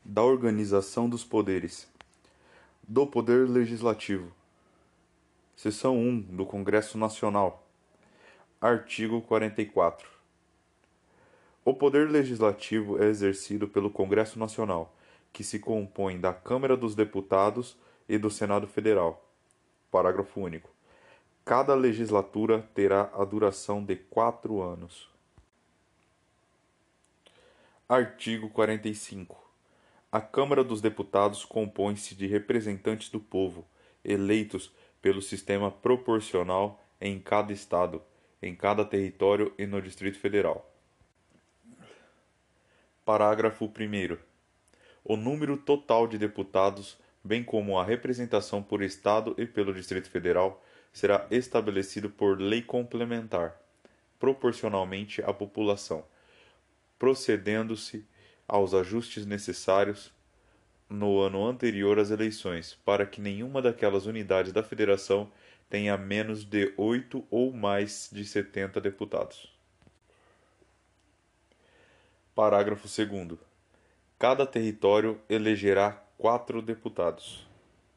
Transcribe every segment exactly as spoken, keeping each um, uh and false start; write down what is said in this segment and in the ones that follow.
Da organização dos poderes. Do Poder Legislativo. Seção um do Congresso Nacional. Artigo quarenta e quatro. O Poder Legislativo é exercido pelo Congresso Nacional, que se compõe da Câmara dos Deputados e do Senado Federal. Parágrafo único. Cada legislatura terá a duração de quatro anos. Artigo quarenta e cinco. A Câmara dos Deputados compõe-se de representantes do povo, eleitos pelo sistema proporcional em cada estado, em cada território e no Distrito Federal. Parágrafo primeiro. O número total de deputados, bem como a representação por estado e pelo Distrito Federal, será estabelecido por lei complementar, proporcionalmente à população, procedendo-se aos ajustes necessários no ano anterior às eleições, para que nenhuma daquelas unidades da Federação tenha menos de oito ou mais de setenta deputados. Parágrafo segundo. Cada território elegerá quatro deputados.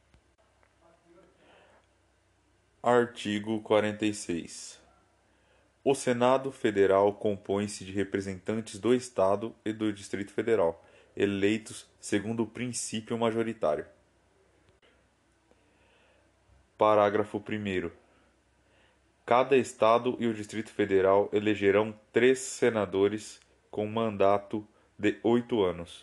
Artigo quarenta e seis. O Senado Federal compõe-se de representantes do Estado e do Distrito Federal, eleitos segundo o princípio majoritário. Parágrafo primeiro. Cada Estado e o Distrito Federal elegerão três senadores com mandato de oito anos.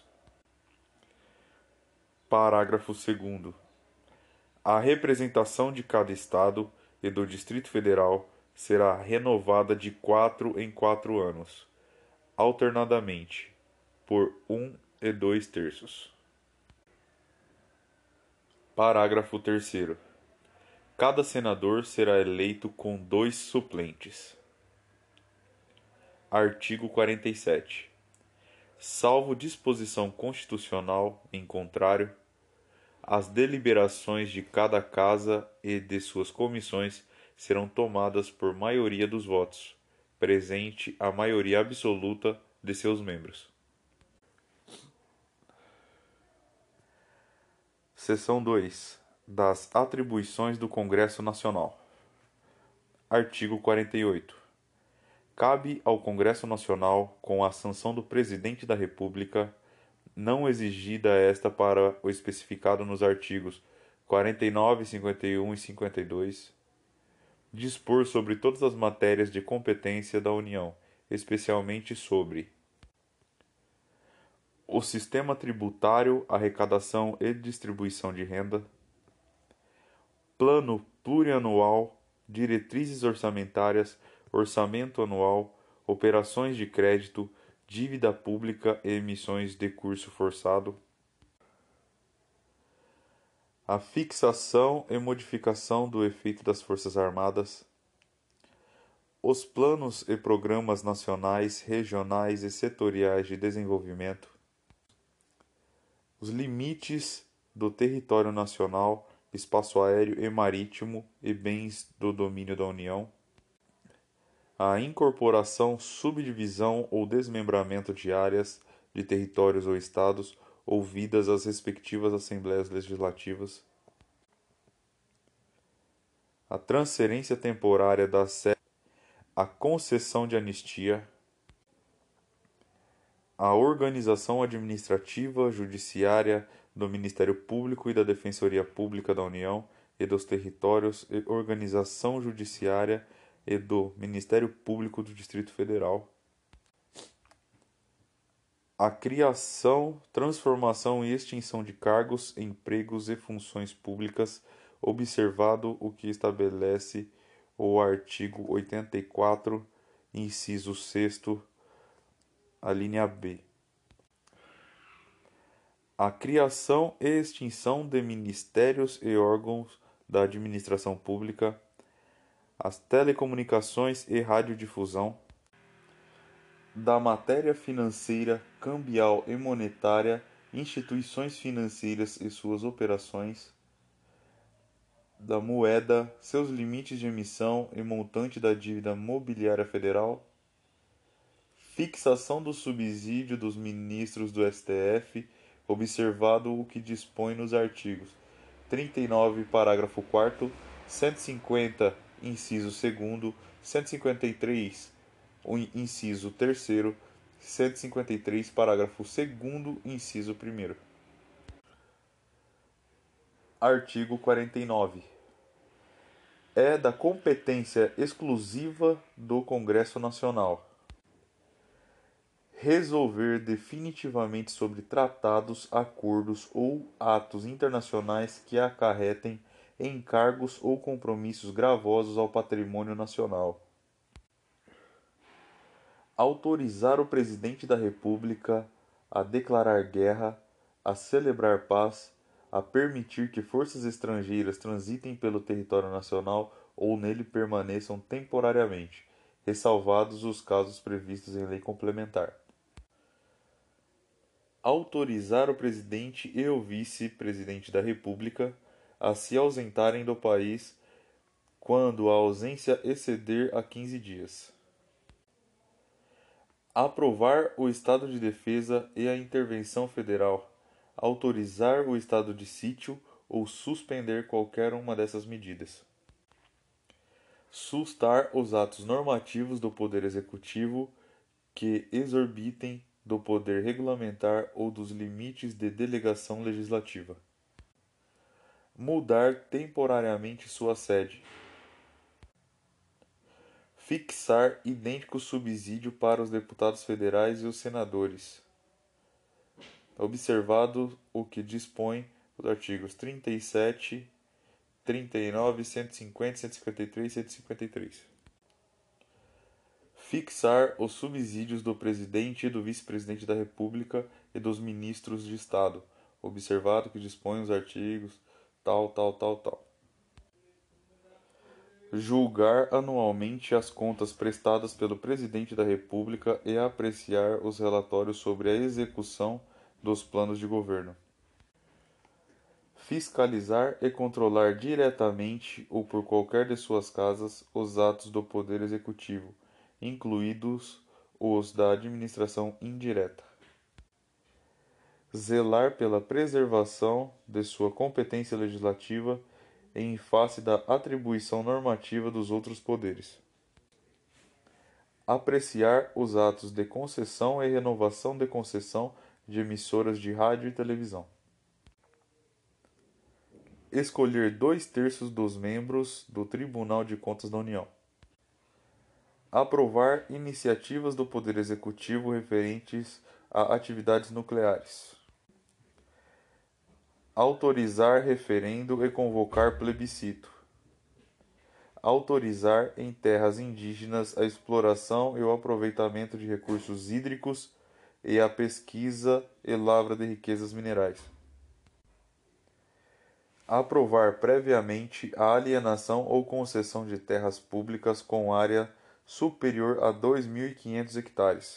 Parágrafo segundo. A representação de cada Estado e do Distrito Federal será renovada de quatro em quatro anos, alternadamente, por um e dois terços. Parágrafo terceiro. Cada senador será eleito com dois suplentes. Artigo quarenta e sete. Salvo disposição constitucional em contrário, as deliberações de cada casa e de suas comissões serão tomadas por maioria dos votos, presente a maioria absoluta de seus membros. Seção dois. Das atribuições do Congresso Nacional. Artigo quarenta e oito. Cabe ao Congresso Nacional, com a sanção do Presidente da República, não exigida esta para o especificado nos artigos quarenta e nove, cinquenta e um e cinquenta e dois, dispor sobre todas as matérias de competência da União, especialmente sobre o sistema tributário, arrecadação e distribuição de renda, plano plurianual, diretrizes orçamentárias, orçamento anual, operações de crédito, dívida pública e emissões de curso forçado, a fixação e modificação do efeito das Forças Armadas, os planos e programas nacionais, regionais e setoriais de desenvolvimento, os limites do território nacional, espaço aéreo e marítimo e bens do domínio da União, a incorporação, subdivisão ou desmembramento de áreas, de territórios ou estados, ouvidas as respectivas Assembleias Legislativas, a transferência temporária da sede, a concessão de anistia, a organização administrativa, judiciária, do Ministério Público e da Defensoria Pública da União e dos Territórios e organização judiciária e do Ministério Público do Distrito Federal, a criação, transformação e extinção de cargos, empregos e funções públicas, observado o que estabelece o artigo oitenta e quatro, inciso sexto, a linha B. A criação e extinção de ministérios e órgãos da administração pública, as telecomunicações e radiodifusão, da matéria financeira, cambial e monetária, instituições financeiras e suas operações, da moeda, seus limites de emissão e montante da dívida mobiliária federal, fixação do subsídio dos ministros do S T F, observado o que dispõe nos artigos trinta e nove, parágrafo quarto, cento e cinquenta, inciso segundo, cento e cinquenta e três, o inciso terceiro, cento e cinquenta e três, parágrafo segundo, inciso primeiro. Artigo quarenta e nove. É da competência exclusiva do Congresso Nacional resolver definitivamente sobre tratados, acordos ou atos internacionais que acarretem encargos ou compromissos gravosos ao patrimônio nacional. Autorizar o Presidente da República a declarar guerra, a celebrar paz, a permitir que forças estrangeiras transitem pelo território nacional ou nele permaneçam temporariamente, ressalvados os casos previstos em lei complementar. Autorizar o Presidente e o Vice-Presidente da República a se ausentarem do país quando a ausência exceder a quinze dias. Aprovar o estado de defesa e a intervenção federal. Autorizar o estado de sítio ou suspender qualquer uma dessas medidas. Sustar os atos normativos do Poder Executivo que exorbitem do poder regulamentar ou dos limites de delegação legislativa. Mudar temporariamente sua sede. Fixar idêntico subsídio para os deputados federais e os senadores. Observado o que dispõe os artigos trinta e sete, trinta e nove, cento e cinquenta, cento e cinquenta e três e cento e cinquenta e três. Fixar os subsídios do Presidente e do Vice-Presidente da República e dos Ministros de Estado, observado que dispõe os artigos tal, tal, tal, tal. Julgar anualmente as contas prestadas pelo Presidente da República e apreciar os relatórios sobre a execução dos planos de governo. Fiscalizar e controlar diretamente ou por qualquer de suas casas os atos do Poder Executivo, incluídos os da administração indireta. Zelar pela preservação de sua competência legislativa em face da atribuição normativa dos outros poderes. Apreciar os atos de concessão e renovação de concessão de emissoras de rádio e televisão. Escolher dois terços dos membros do Tribunal de Contas da União. Aprovar iniciativas do Poder Executivo referentes a atividades nucleares. Autorizar referendo e convocar plebiscito. Autorizar em terras indígenas a exploração e o aproveitamento de recursos hídricos e a pesquisa e lavra de riquezas minerais. Aprovar previamente a alienação ou concessão de terras públicas com área superior a dois mil e quinhentos hectares.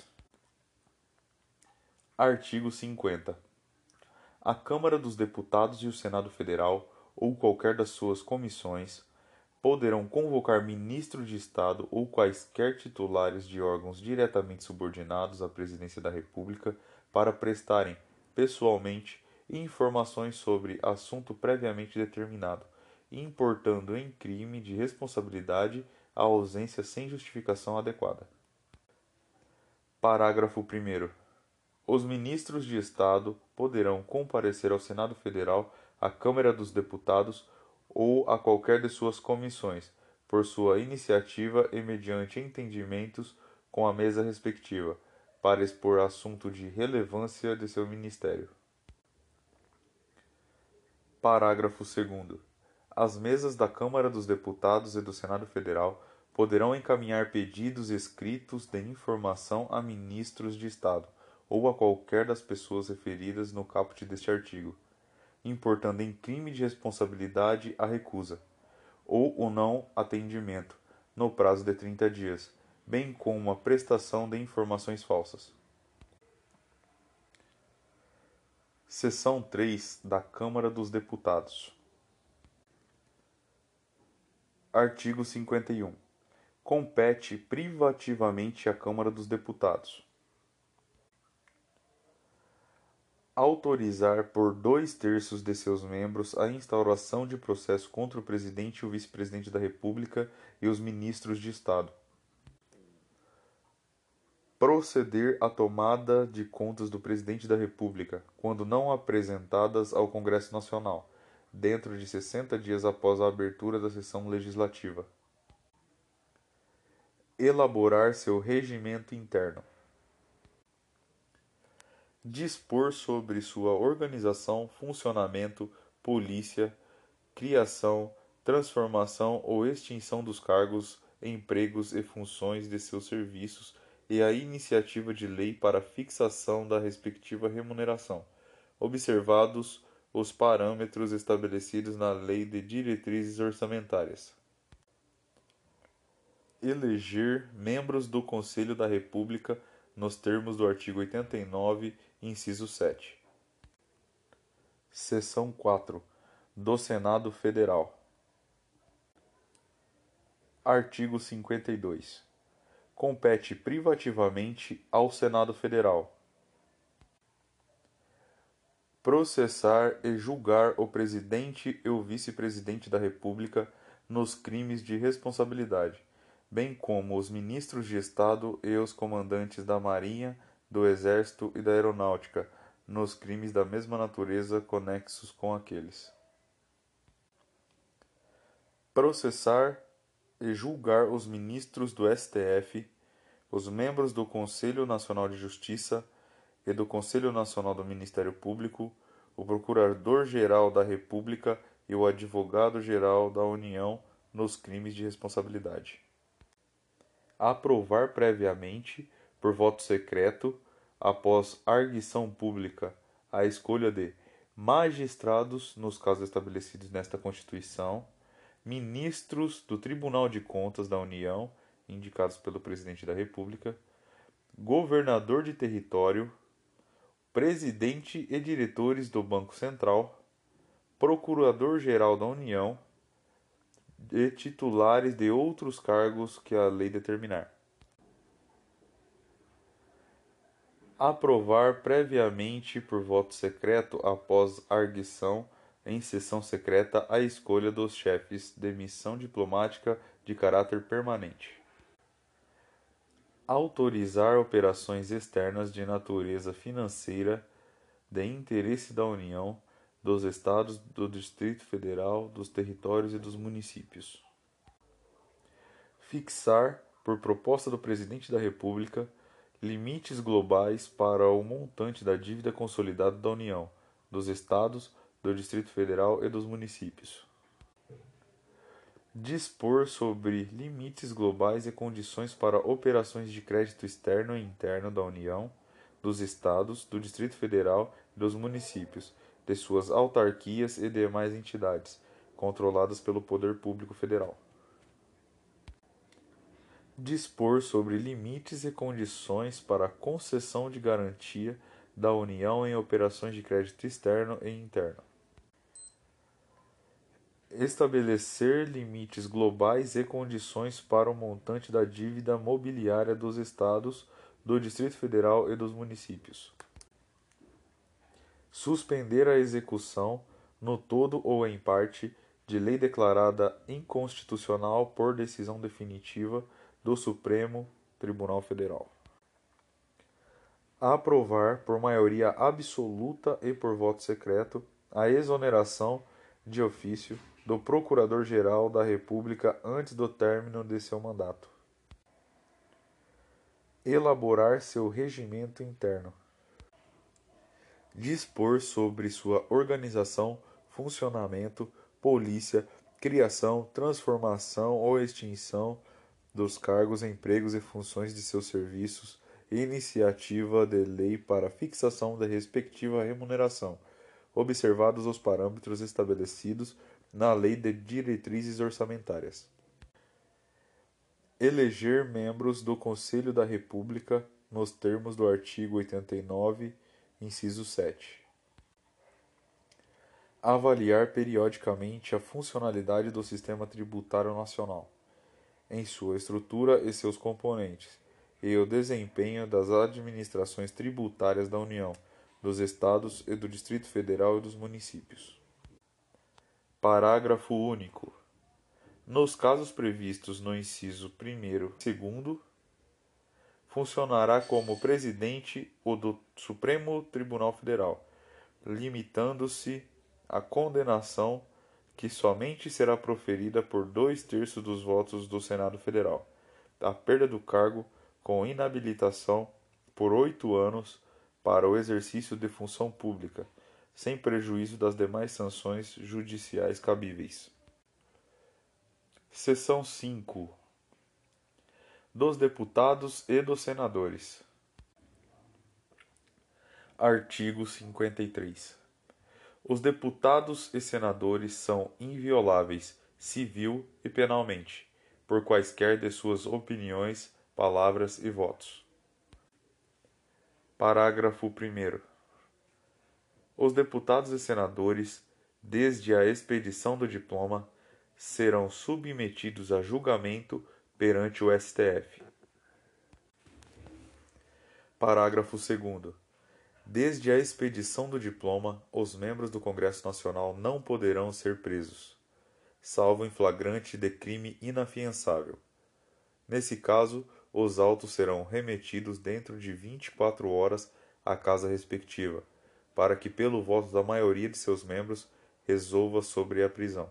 Artigo cinquenta. A Câmara dos Deputados e o Senado Federal, ou qualquer das suas comissões, poderão convocar ministro de Estado ou quaisquer titulares de órgãos diretamente subordinados à Presidência da República para prestarem, pessoalmente, informações sobre assunto previamente determinado, importando em crime de responsabilidade a ausência sem justificação adequada. Parágrafo primeiro. Os ministros de Estado poderão comparecer ao Senado Federal, à Câmara dos Deputados ou a qualquer de suas comissões, por sua iniciativa e mediante entendimentos com a mesa respectiva, para expor assunto de relevância de seu ministério. Parágrafo segundo. As mesas da Câmara dos Deputados e do Senado Federal poderão encaminhar pedidos escritos de informação a ministros de Estado ou a qualquer das pessoas referidas no caput deste artigo, importando em crime de responsabilidade a recusa, ou o não atendimento, no prazo de trinta dias, bem como a prestação de informações falsas. Seção três da Câmara dos Deputados. Artigo cinquenta e um. Compete privativamente à Câmara dos Deputados Autorizar por dois terços de seus membros a instauração de processo contra o presidente e o vice-presidente da República e os ministros de Estado. Proceder à tomada de contas do presidente da República, quando não apresentadas ao Congresso Nacional, dentro de sessenta dias após a abertura da sessão legislativa. Elaborar seu regimento interno. Dispor sobre sua organização, funcionamento, polícia, criação, transformação ou extinção dos cargos, empregos e funções de seus serviços e a iniciativa de lei para fixação da respectiva remuneração, observados os parâmetros estabelecidos na Lei de Diretrizes Orçamentárias. Eleger membros do Conselho da República nos termos do artigo oitenta e nove, inciso sete. Seção quatro. Do Senado Federal. Artigo cinquenta e dois. Compete privativamente ao Senado Federal processar e julgar o Presidente e o Vice-Presidente da República nos crimes de responsabilidade, bem como os ministros de Estado e os comandantes da Marinha, do Exército e da Aeronáutica, nos crimes da mesma natureza conexos com aqueles. Processar e julgar os ministros do S T F, os membros do Conselho Nacional de Justiça e do Conselho Nacional do Ministério Público, o Procurador-Geral da República e o Advogado-Geral da União nos crimes de responsabilidade. Aprovar previamente, por voto secreto, após arguição pública, a escolha de magistrados, nos casos estabelecidos nesta Constituição, ministros do Tribunal de Contas da União, indicados pelo Presidente da República, governador de território, presidente e diretores do Banco Central, procurador-geral da União e titulares de outros cargos que a lei determinar. Aprovar previamente por voto secreto após arguição em sessão secreta a escolha dos chefes de missão diplomática de caráter permanente. Autorizar operações externas de natureza financeira de interesse da União, dos Estados, do Distrito Federal, dos territórios e dos municípios. Fixar, por proposta do Presidente da República, limites globais para o montante da dívida consolidada da União, dos Estados, do Distrito Federal e dos municípios. Dispor sobre limites globais e condições para operações de crédito externo e interno da União, dos Estados, do Distrito Federal e dos municípios, de suas autarquias e demais entidades, controladas pelo Poder Público Federal. Dispor sobre limites e condições para a concessão de garantia da União em operações de crédito externo e interno. Estabelecer limites globais e condições para o montante da dívida mobiliária dos Estados, do Distrito Federal e dos municípios. Suspender a execução, no todo ou em parte, de lei declarada inconstitucional por decisão definitiva do Supremo Tribunal Federal. Aprovar, por maioria absoluta e por voto secreto, a exoneração de ofício do Procurador-Geral da República antes do término de seu mandato. Elaborar seu regimento interno. Dispor sobre sua organização, funcionamento, polícia, criação, transformação ou extinção dos cargos, empregos e funções de seus serviços e iniciativa de lei para fixação da respectiva remuneração, observados os parâmetros estabelecidos na Lei de Diretrizes Orçamentárias. Eleger membros do Conselho da República nos termos do artigo oitenta e nove, inciso sete. Avaliar periodicamente a funcionalidade do sistema tributário nacional, em sua estrutura e seus componentes, e o desempenho das administrações tributárias da União, dos Estados e do Distrito Federal e dos municípios. Parágrafo único. Nos casos previstos no inciso primeiro e segundo, funcionará como presidente o do Supremo Tribunal Federal, limitando-se a condenação que somente será proferida por dois terços dos votos do Senado Federal, a perda do cargo com inabilitação por oito anos para o exercício de função pública, sem prejuízo das demais sanções judiciais cabíveis. Seção cinco. Dos deputados e dos senadores. Artigo cinquenta e três. Os deputados e senadores são invioláveis, civil e penalmente, por quaisquer de suas opiniões, palavras e votos. Parágrafo primeiro. Os deputados e senadores, desde a expedição do diploma, serão submetidos a julgamento perante o S T F. Parágrafo segundo. Desde a expedição do diploma, os membros do Congresso Nacional não poderão ser presos, salvo em flagrante de crime inafiançável. Nesse caso, os autos serão remetidos dentro de vinte e quatro horas à casa respectiva, para que, pelo voto da maioria de seus membros, resolva sobre a prisão.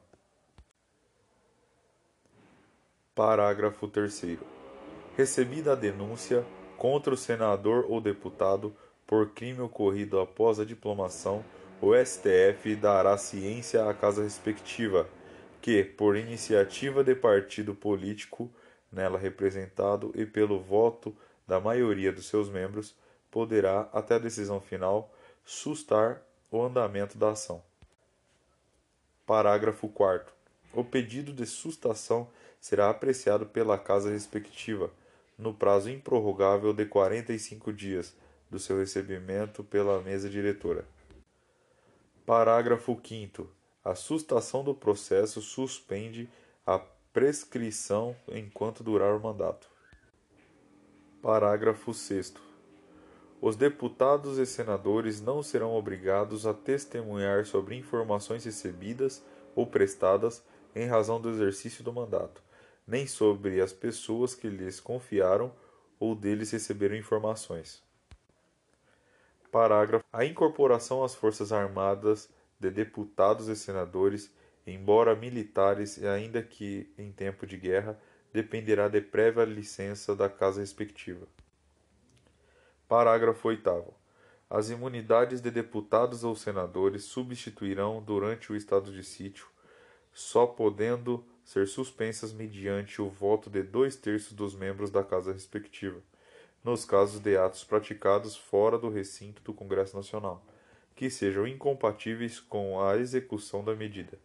Parágrafo terceiro. Recebida a denúncia contra o senador ou deputado por crime ocorrido após a diplomação, o S T F dará ciência à casa respectiva, que, por iniciativa de partido político nela representado e pelo voto da maioria dos seus membros, poderá, até a decisão final, sustar o andamento da ação. Parágrafo quarto. O pedido de sustação será apreciado pela casa respectiva, no prazo improrrogável de quarenta e cinco dias do seu recebimento pela mesa diretora. Parágrafo quinto. A sustação do processo suspende a prescrição enquanto durar o mandato. Parágrafo sexto. Os deputados e senadores não serão obrigados a testemunhar sobre informações recebidas ou prestadas em razão do exercício do mandato, nem sobre as pessoas que lhes confiaram ou deles receberam informações. Parágrafo. A incorporação às Forças Armadas de deputados e senadores, embora militares e ainda que em tempo de guerra, dependerá de prévia licença da casa respectiva. Parágrafo oitavo. As imunidades de deputados ou senadores substituirão, durante o estado de sítio, só podendo ser suspensas mediante o voto de dois terços dos membros da casa respectiva, nos casos de atos praticados fora do recinto do Congresso Nacional, que sejam incompatíveis com a execução da medida.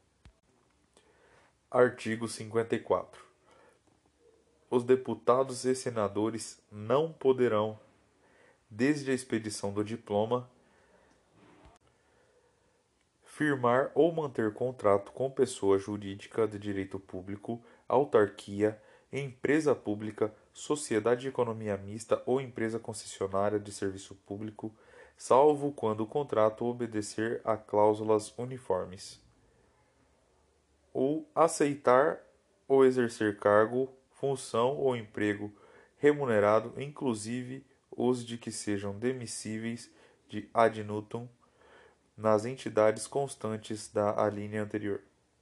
Artigo cinquenta e quatro. Os deputados e senadores não poderão, desde a expedição do diploma, firmar ou manter contrato com pessoa jurídica de direito público, autarquia, empresa pública, sociedade de economia mista ou empresa concessionária de serviço público, salvo quando o contrato obedecer a cláusulas uniformes, ou aceitar ou exercer cargo, função ou emprego remunerado, inclusive os de que sejam demissíveis de ad nutum, nas entidades constantes da alínea anterior.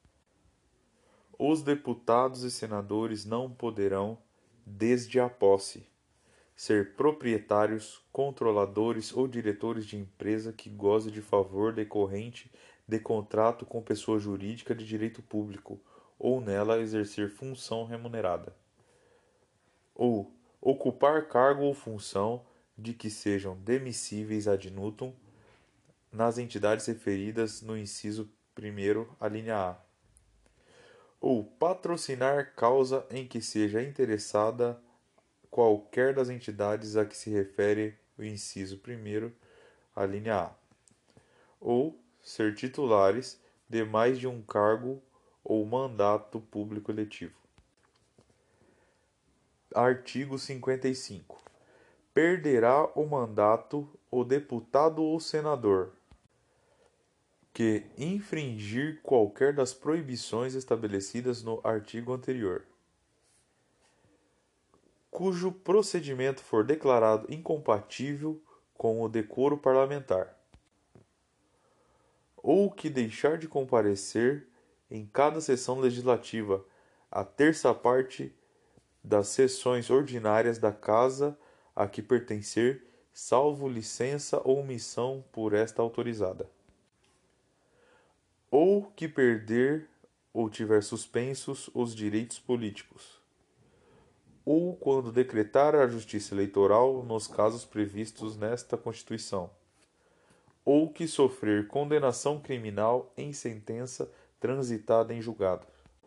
Os deputados e senadores não poderão, desde a posse, ser proprietários, controladores ou diretores de empresa que goze de favor decorrente de contrato com pessoa jurídica de direito público ou nela exercer função remunerada, ou ocupar cargo ou função de que sejam demissíveis ad nutum nas entidades referidas no inciso primeiro, alínea A, ou patrocinar causa em que seja interessada qualquer das entidades a que se refere o inciso primeiro, alínea A, ou ser titulares de mais de um cargo ou mandato público eletivo. Artigo cinquenta e cinco. Perderá o mandato o deputado ou senador que infringir qualquer das proibições estabelecidas no artigo anterior, cujo procedimento for declarado incompatível com o decoro parlamentar, ou que deixar de comparecer em cada sessão legislativa a terça parte das sessões ordinárias da Casa a que pertencer, salvo licença ou omissão por esta autorizada, ou que perder ou tiver suspensos os direitos políticos, ou quando decretar a justiça eleitoral nos casos previstos nesta Constituição, ou que sofrer condenação criminal em sentença transitada em julgado.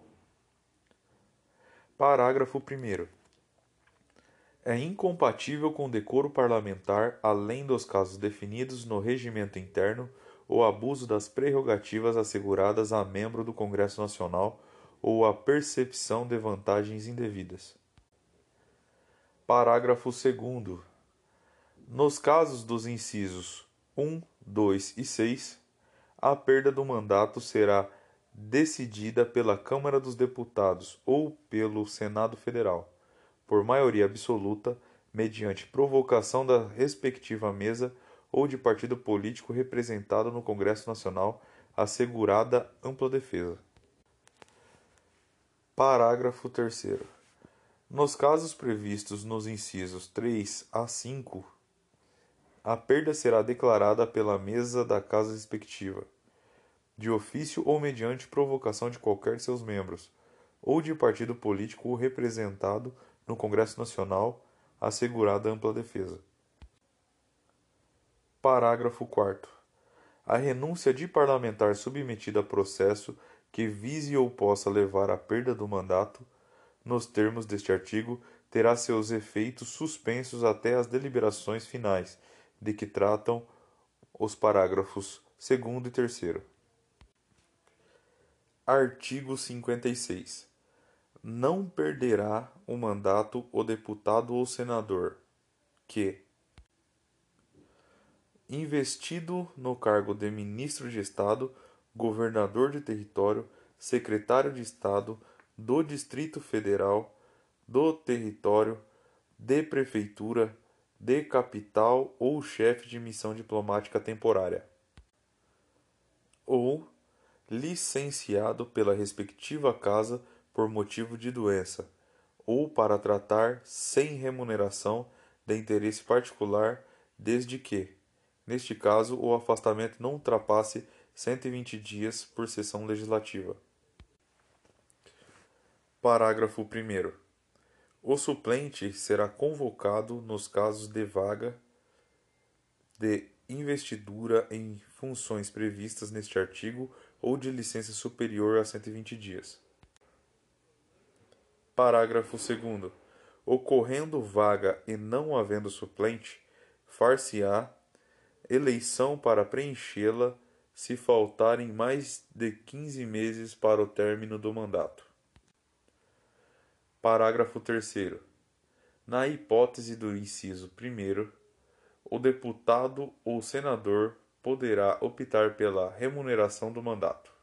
Parágrafo primeiro. É incompatível com o decoro parlamentar, além dos casos definidos no regimento interno, o abuso das prerrogativas asseguradas a membro do Congresso Nacional ou a percepção de vantagens indevidas. Parágrafo segundo. Nos casos dos incisos um, dois e seis, a perda do mandato será decidida pela Câmara dos Deputados ou pelo Senado Federal, por maioria absoluta, mediante provocação da respectiva mesa ou de partido político representado no Congresso Nacional, assegurada ampla defesa. Parágrafo terceiro. Nos casos previstos nos incisos três a cinco, a perda será declarada pela mesa da Casa respectiva, de ofício ou mediante provocação de qualquer de seus membros, ou de partido político representado no Congresso Nacional, assegurada ampla defesa. Parágrafo quarto. A renúncia de parlamentar submetida a processo que vise ou possa levar à perda do mandato, nos termos deste artigo, terá seus efeitos suspensos até as deliberações finais, de que tratam os parágrafos segundo e terceiro. Artigo cinquenta e seis. Não perderá o mandato o deputado ou senador que, investido no cargo de ministro de Estado, governador de território, secretário de Estado do Distrito Federal, do território, de prefeitura, de capital ou chefe de missão diplomática temporária, ou licenciado pela respectiva casa por motivo de doença, ou para tratar sem remuneração de interesse particular, desde que, neste caso, o afastamento não ultrapasse cento e vinte dias por sessão legislativa. Parágrafo primeiro. O suplente será convocado nos casos de vaga de investidura em funções previstas neste artigo ou de licença superior a cento e vinte dias. Parágrafo segundo. Ocorrendo vaga e não havendo suplente, far-se-á eleição para preenchê-la se faltarem mais de quinze meses para o término do mandato. Parágrafo terceiro. Na hipótese do inciso primeiro, o deputado ou senador poderá optar pela remuneração do mandato.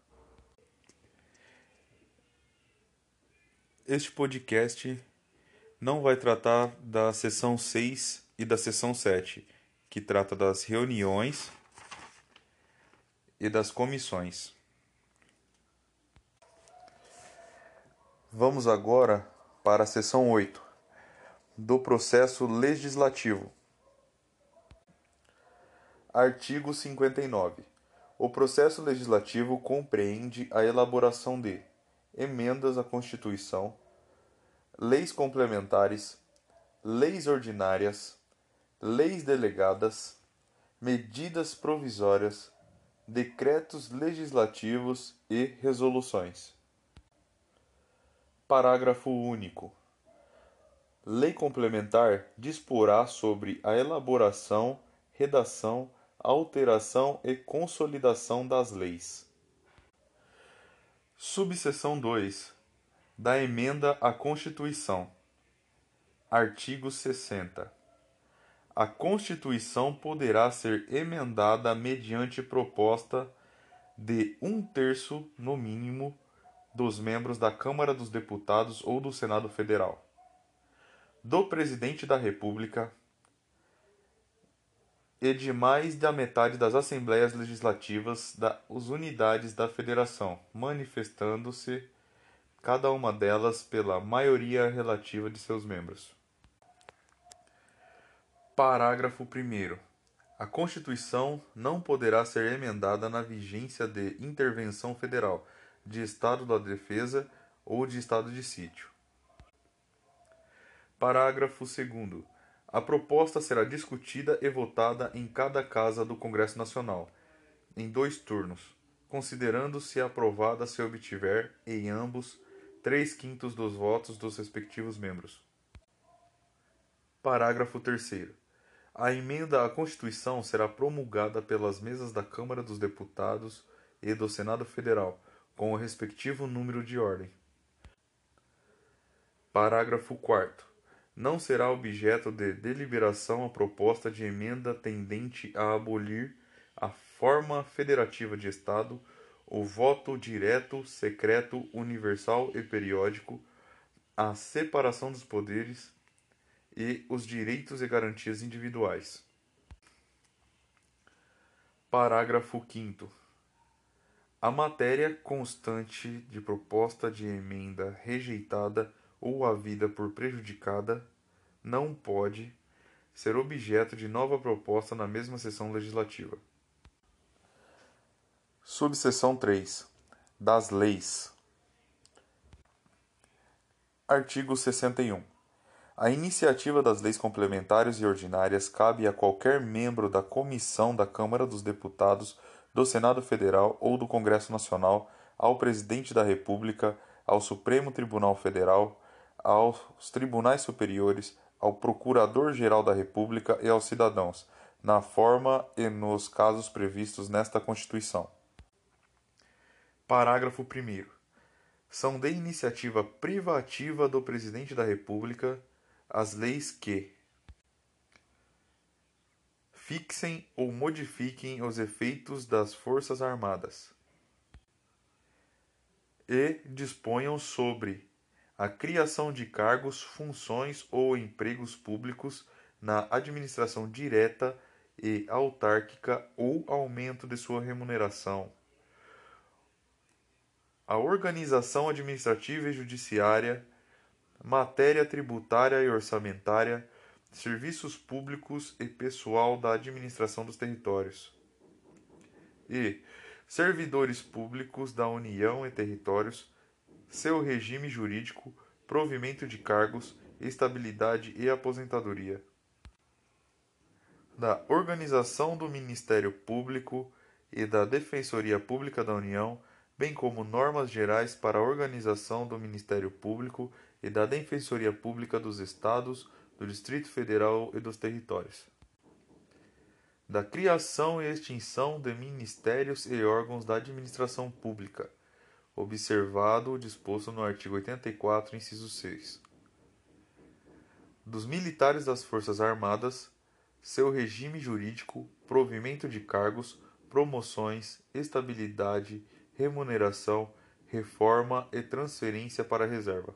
Este podcast não vai tratar da seção seis e da seção sete, que trata das reuniões e das comissões. Vamos agora para a seção oito, do processo legislativo. Artigo cinquenta e nove. O processo legislativo compreende a elaboração de emendas à Constituição, leis complementares, leis ordinárias, leis delegadas, medidas provisórias, decretos legislativos e resoluções. Parágrafo único. Lei complementar disporá sobre a elaboração, redação, alteração e consolidação das leis. Subseção dois. Da emenda à Constituição. Artigo sessenta. A Constituição poderá ser emendada mediante proposta de um terço, no mínimo, dos membros da Câmara dos Deputados ou do Senado Federal, do Presidente da República e de mais da metade das Assembleias Legislativas das unidades da Federação, manifestando-se cada uma delas pela maioria relativa de seus membros. Parágrafo primeiro. A Constituição não poderá ser emendada na vigência de intervenção federal, de estado da defesa ou de estado de sítio. Parágrafo segundo. A proposta será discutida e votada em cada casa do Congresso Nacional, em dois turnos, considerando-se aprovada se obtiver, em ambos, três quintos dos votos dos respectivos membros. Parágrafo terceiro. A emenda à Constituição será promulgada pelas mesas da Câmara dos Deputados e do Senado Federal, com o respectivo número de ordem. Parágrafo quarto. Não será objeto de deliberação a proposta de emenda tendente a abolir a forma federativa de Estado, o voto direto, secreto, universal e periódico, a separação dos poderes e os direitos e garantias individuais. Parágrafo quinto. A matéria constante de proposta de emenda rejeitada ou havida por prejudicada não pode ser objeto de nova proposta na mesma sessão legislativa. Subseção três. Das leis. Artigo sessenta e um. A iniciativa das leis complementares e ordinárias cabe a qualquer membro da comissão da Câmara dos Deputados, do Senado Federal ou do Congresso Nacional, ao Presidente da República, ao Supremo Tribunal Federal, aos tribunais superiores, ao Procurador-Geral da República e aos cidadãos, na forma e nos casos previstos nesta Constituição. Parágrafo primeiro. São de iniciativa privativa do Presidente da República as leis que fixem ou modifiquem os efeitos das Forças Armadas e disponham sobre a criação de cargos, funções ou empregos públicos na administração direta e autárquica ou aumento de sua remuneração, a organização administrativa e judiciária, matéria tributária e orçamentária, serviços públicos e pessoal da administração dos territórios, e servidores públicos da União e territórios, seu regime jurídico, provimento de cargos, estabilidade e aposentadoria, da organização do Ministério Público e da Defensoria Pública da União, bem como normas gerais para a organização do Ministério Público e da Defensoria Pública dos Estados, do Distrito Federal e dos territórios, da criação e extinção de ministérios e órgãos da administração pública, observado o disposto no artigo oitenta e quatro, inciso seis. Dos militares das Forças Armadas, seu regime jurídico, provimento de cargos, promoções, estabilidade, remuneração, reforma e transferência para a reserva.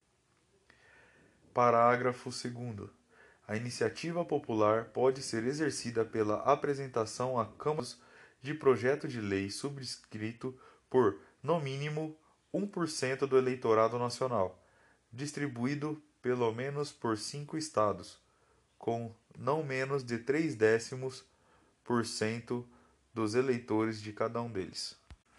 Parágrafo segundo. A iniciativa popular pode ser exercida pela apresentação a câmaras de projeto de lei subscrito por, no mínimo, um por cento do eleitorado nacional, distribuído pelo menos por cinco estados, com não menos de três décimos por cento dos eleitores de cada um deles.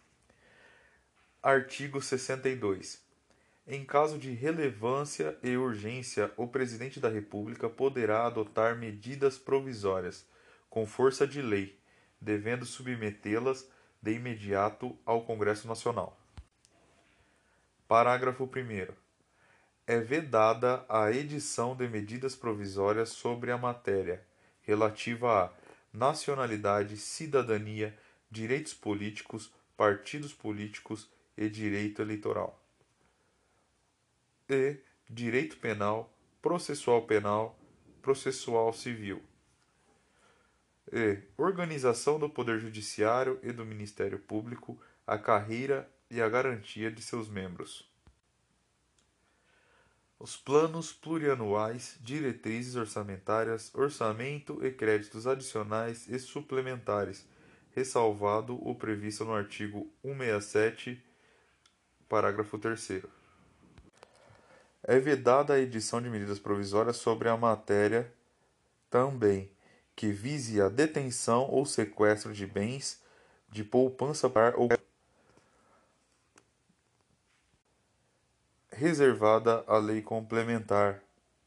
Artigo sessenta e dois. Em caso de relevância e urgência, o Presidente da República poderá adotar medidas provisórias, com força de lei, devendo submetê-las de imediato ao Congresso Nacional. Parágrafo primeiro. É vedada a edição de medidas provisórias sobre a matéria relativa à nacionalidade, cidadania, direitos políticos, partidos políticos e direito eleitoral, e direito penal, processual penal, processual civil, e organização do Poder Judiciário e do Ministério Público, a carreira e a garantia de seus membros. Os planos plurianuais, diretrizes orçamentárias, orçamento e créditos adicionais e suplementares, ressalvado o previsto no artigo cento e sessenta e sete, parágrafo terceiro. É vedada a edição de medidas provisórias sobre a matéria também que vise a detenção ou sequestro de bens de poupança par ou reservada à lei complementar,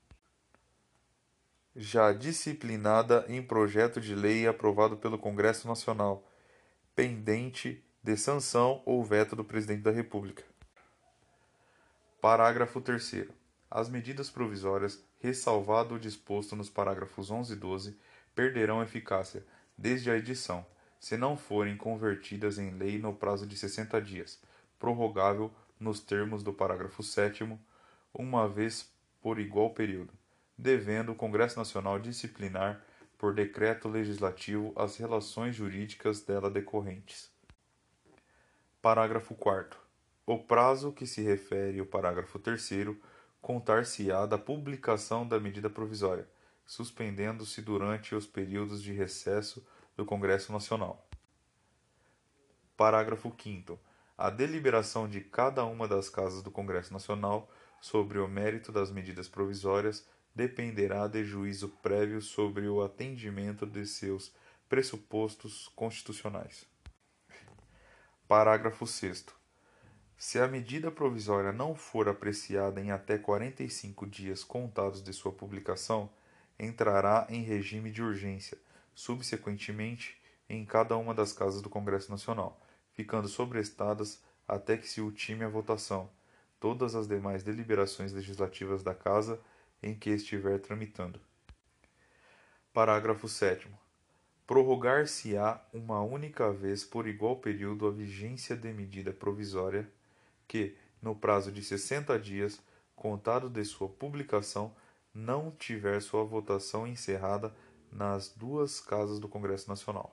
já disciplinada em projeto de lei aprovado pelo Congresso Nacional, pendente de sanção ou veto do Presidente da República. Parágrafo terceiro. As medidas provisórias, ressalvado o disposto nos parágrafos onze e doze, perderão eficácia, desde a edição, se não forem convertidas em lei no prazo de sessenta dias, prorrogável nos termos do parágrafo sétimo, uma vez por igual período, devendo o Congresso Nacional disciplinar, por decreto legislativo, as relações jurídicas dela decorrentes. Parágrafo quarto. O prazo que se refere o parágrafo terceiro contar-se-á da publicação da medida provisória, suspendendo-se durante os períodos de recesso do Congresso Nacional. Parágrafo quinto. A deliberação de cada uma das casas do Congresso Nacional sobre o mérito das medidas provisórias dependerá de juízo prévio sobre o atendimento de seus pressupostos constitucionais. Parágrafo sexto. Se a medida provisória não for apreciada em até quarenta e cinco dias contados de sua publicação, entrará em regime de urgência, subsequentemente, em cada uma das casas do Congresso Nacional, ficando sobrestadas até que se ultime a votação, todas as demais deliberações legislativas da Casa em que estiver tramitando. Parágrafo sétimo. Prorrogar-se-á uma única vez por igual período a vigência de medida provisória que, no prazo de sessenta dias, contado de sua publicação, não tiver sua votação encerrada nas duas casas do Congresso Nacional.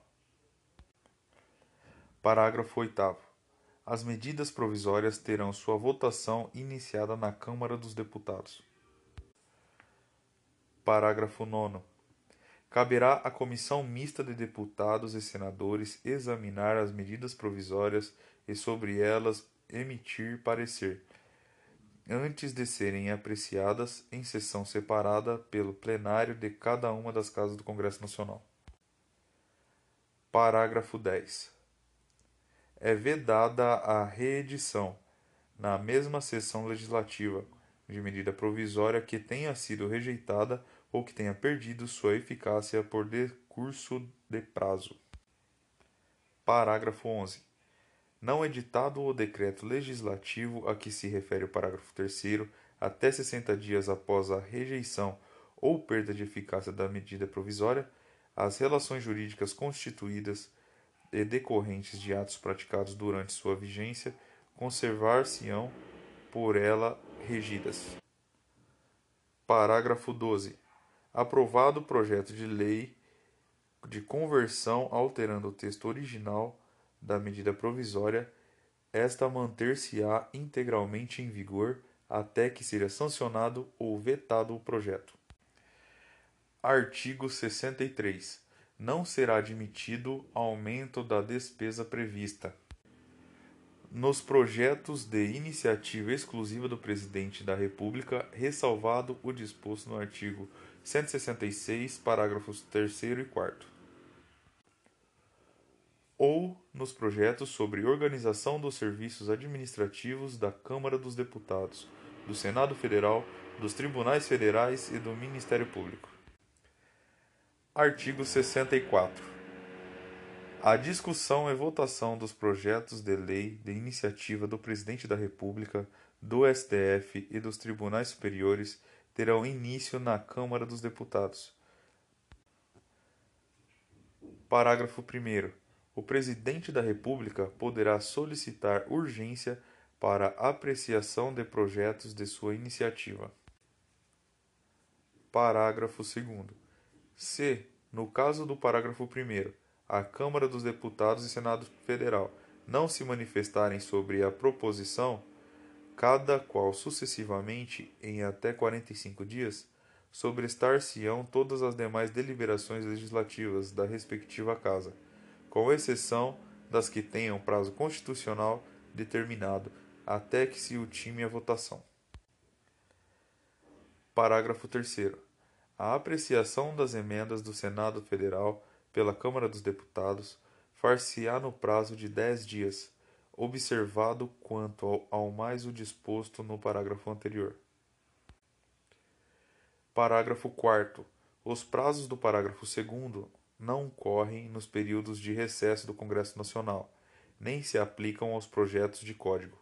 Parágrafo oitavo. As medidas provisórias terão sua votação iniciada na Câmara dos Deputados. Parágrafo nono. Caberá à Comissão Mista de Deputados e Senadores examinar as medidas provisórias e sobre elas emitir parecer, antes de serem apreciadas em sessão separada pelo plenário de cada uma das casas do Congresso Nacional. Parágrafo dez. É vedada a reedição, na mesma sessão legislativa, de medida provisória que tenha sido rejeitada ou que tenha perdido sua eficácia por decurso de prazo. Parágrafo onze. Não editado o decreto legislativo a que se refere o parágrafo terceiro, até sessenta dias após a rejeição ou perda de eficácia da medida provisória, as relações jurídicas constituídas e decorrentes de atos praticados durante sua vigência conservar-se-ão por ela regidas. Parágrafo doze. Aprovado o projeto de lei de conversão alterando o texto original da medida provisória, esta manter-se-á integralmente em vigor até que seja sancionado ou vetado o projeto. Artigo sessenta e três. Não será admitido aumento da despesa prevista nos projetos de iniciativa exclusiva do Presidente da República, ressalvado o disposto no artigo cento e sessenta e seis, parágrafos terceiro e quarto. Ou nos projetos sobre organização dos serviços administrativos da Câmara dos Deputados, do Senado Federal, dos Tribunais Federais e do Ministério Público. Artigo sessenta e quatro. A discussão e votação dos projetos de lei de iniciativa do Presidente da República, do S T F e dos Tribunais Superiores terão início na Câmara dos Deputados. Parágrafo primeiro. O Presidente da República poderá solicitar urgência para apreciação de projetos de sua iniciativa. Parágrafo segundo. Se, No caso do parágrafo primeiro, a Câmara dos Deputados e Senado Federal não se manifestarem sobre a proposição, cada qual sucessivamente em até quarenta e cinco dias, sobrestar-se-ão todas as demais deliberações legislativas da respectiva Casa, com exceção das que tenham prazo constitucional determinado até que se ultime a votação. Parágrafo terceiro. A apreciação das emendas do Senado Federal pela Câmara dos Deputados far-se-á no prazo de dez dias, observado quanto ao, ao mais o disposto no parágrafo anterior. Parágrafo quarto. Os prazos do parágrafo segundo não correm nos períodos de recesso do Congresso Nacional, nem se aplicam aos projetos de código.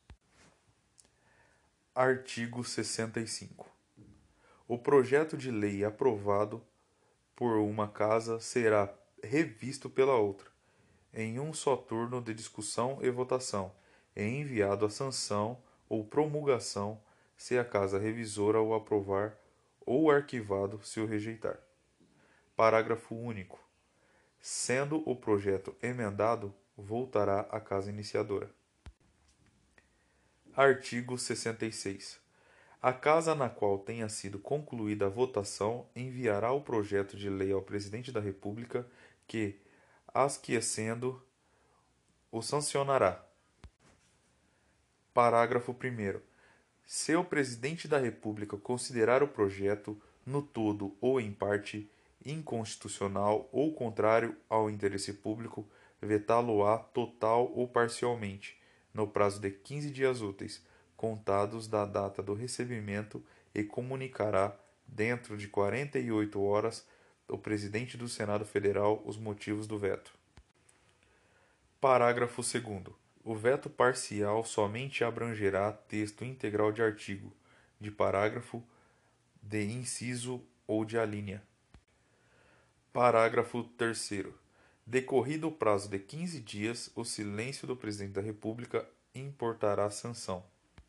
Artigo sessenta e cinco. O projeto de lei aprovado por uma Casa será revisto pela outra, em um só turno de discussão e votação, e enviado à sanção ou promulgação se a Casa Revisora o aprovar ou arquivado se o rejeitar. Parágrafo único. Sendo o projeto emendado, voltará à Casa Iniciadora. Artigo sessenta e seis. A Casa na qual tenha sido concluída a votação enviará o projeto de lei ao Presidente da República, que, asquiescendo, o sancionará. Parágrafo primeiro. Se o Presidente da República considerar o projeto, no todo ou em parte, inconstitucional ou contrário ao interesse público, vetá-lo-á total ou parcialmente, no prazo de quinze dias úteis, contados da data do recebimento, e comunicará, dentro de quarenta e oito horas, o Presidente do Senado Federal os motivos do veto. Parágrafo segundo. O veto parcial somente abrangerá texto integral de artigo, de parágrafo, de inciso ou de alínea. Parágrafo terceiro. Decorrido o prazo de quinze dias, o silêncio do Presidente da República importará sanção.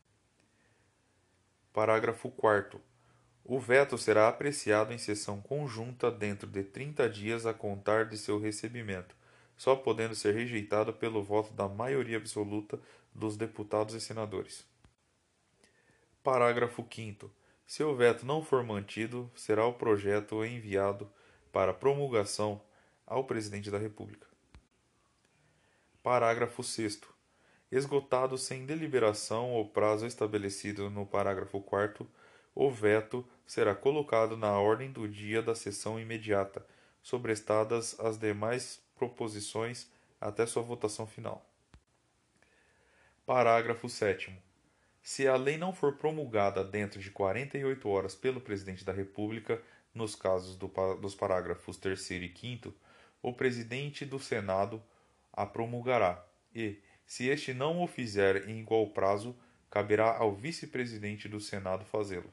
Parágrafo quarto. O veto será apreciado em sessão conjunta dentro de trinta dias a contar de seu recebimento, só podendo ser rejeitado pelo voto da maioria absoluta dos deputados e senadores. Parágrafo quinto. Se o veto não for mantido, será o projeto enviado para promulgação ao Presidente da República. Parágrafo sexto. Esgotado sem deliberação o prazo estabelecido no parágrafo quarto, o veto será colocado na ordem do dia da sessão imediata, sobrestadas as demais proposições até sua votação final. Parágrafo sétimo. Se a lei não for promulgada dentro de quarenta e oito horas pelo Presidente da República, nos casos do, dos parágrafos terceiro e quinto, o Presidente do Senado a promulgará e, se este não o fizer em igual prazo, caberá ao Vice-Presidente do Senado fazê-lo.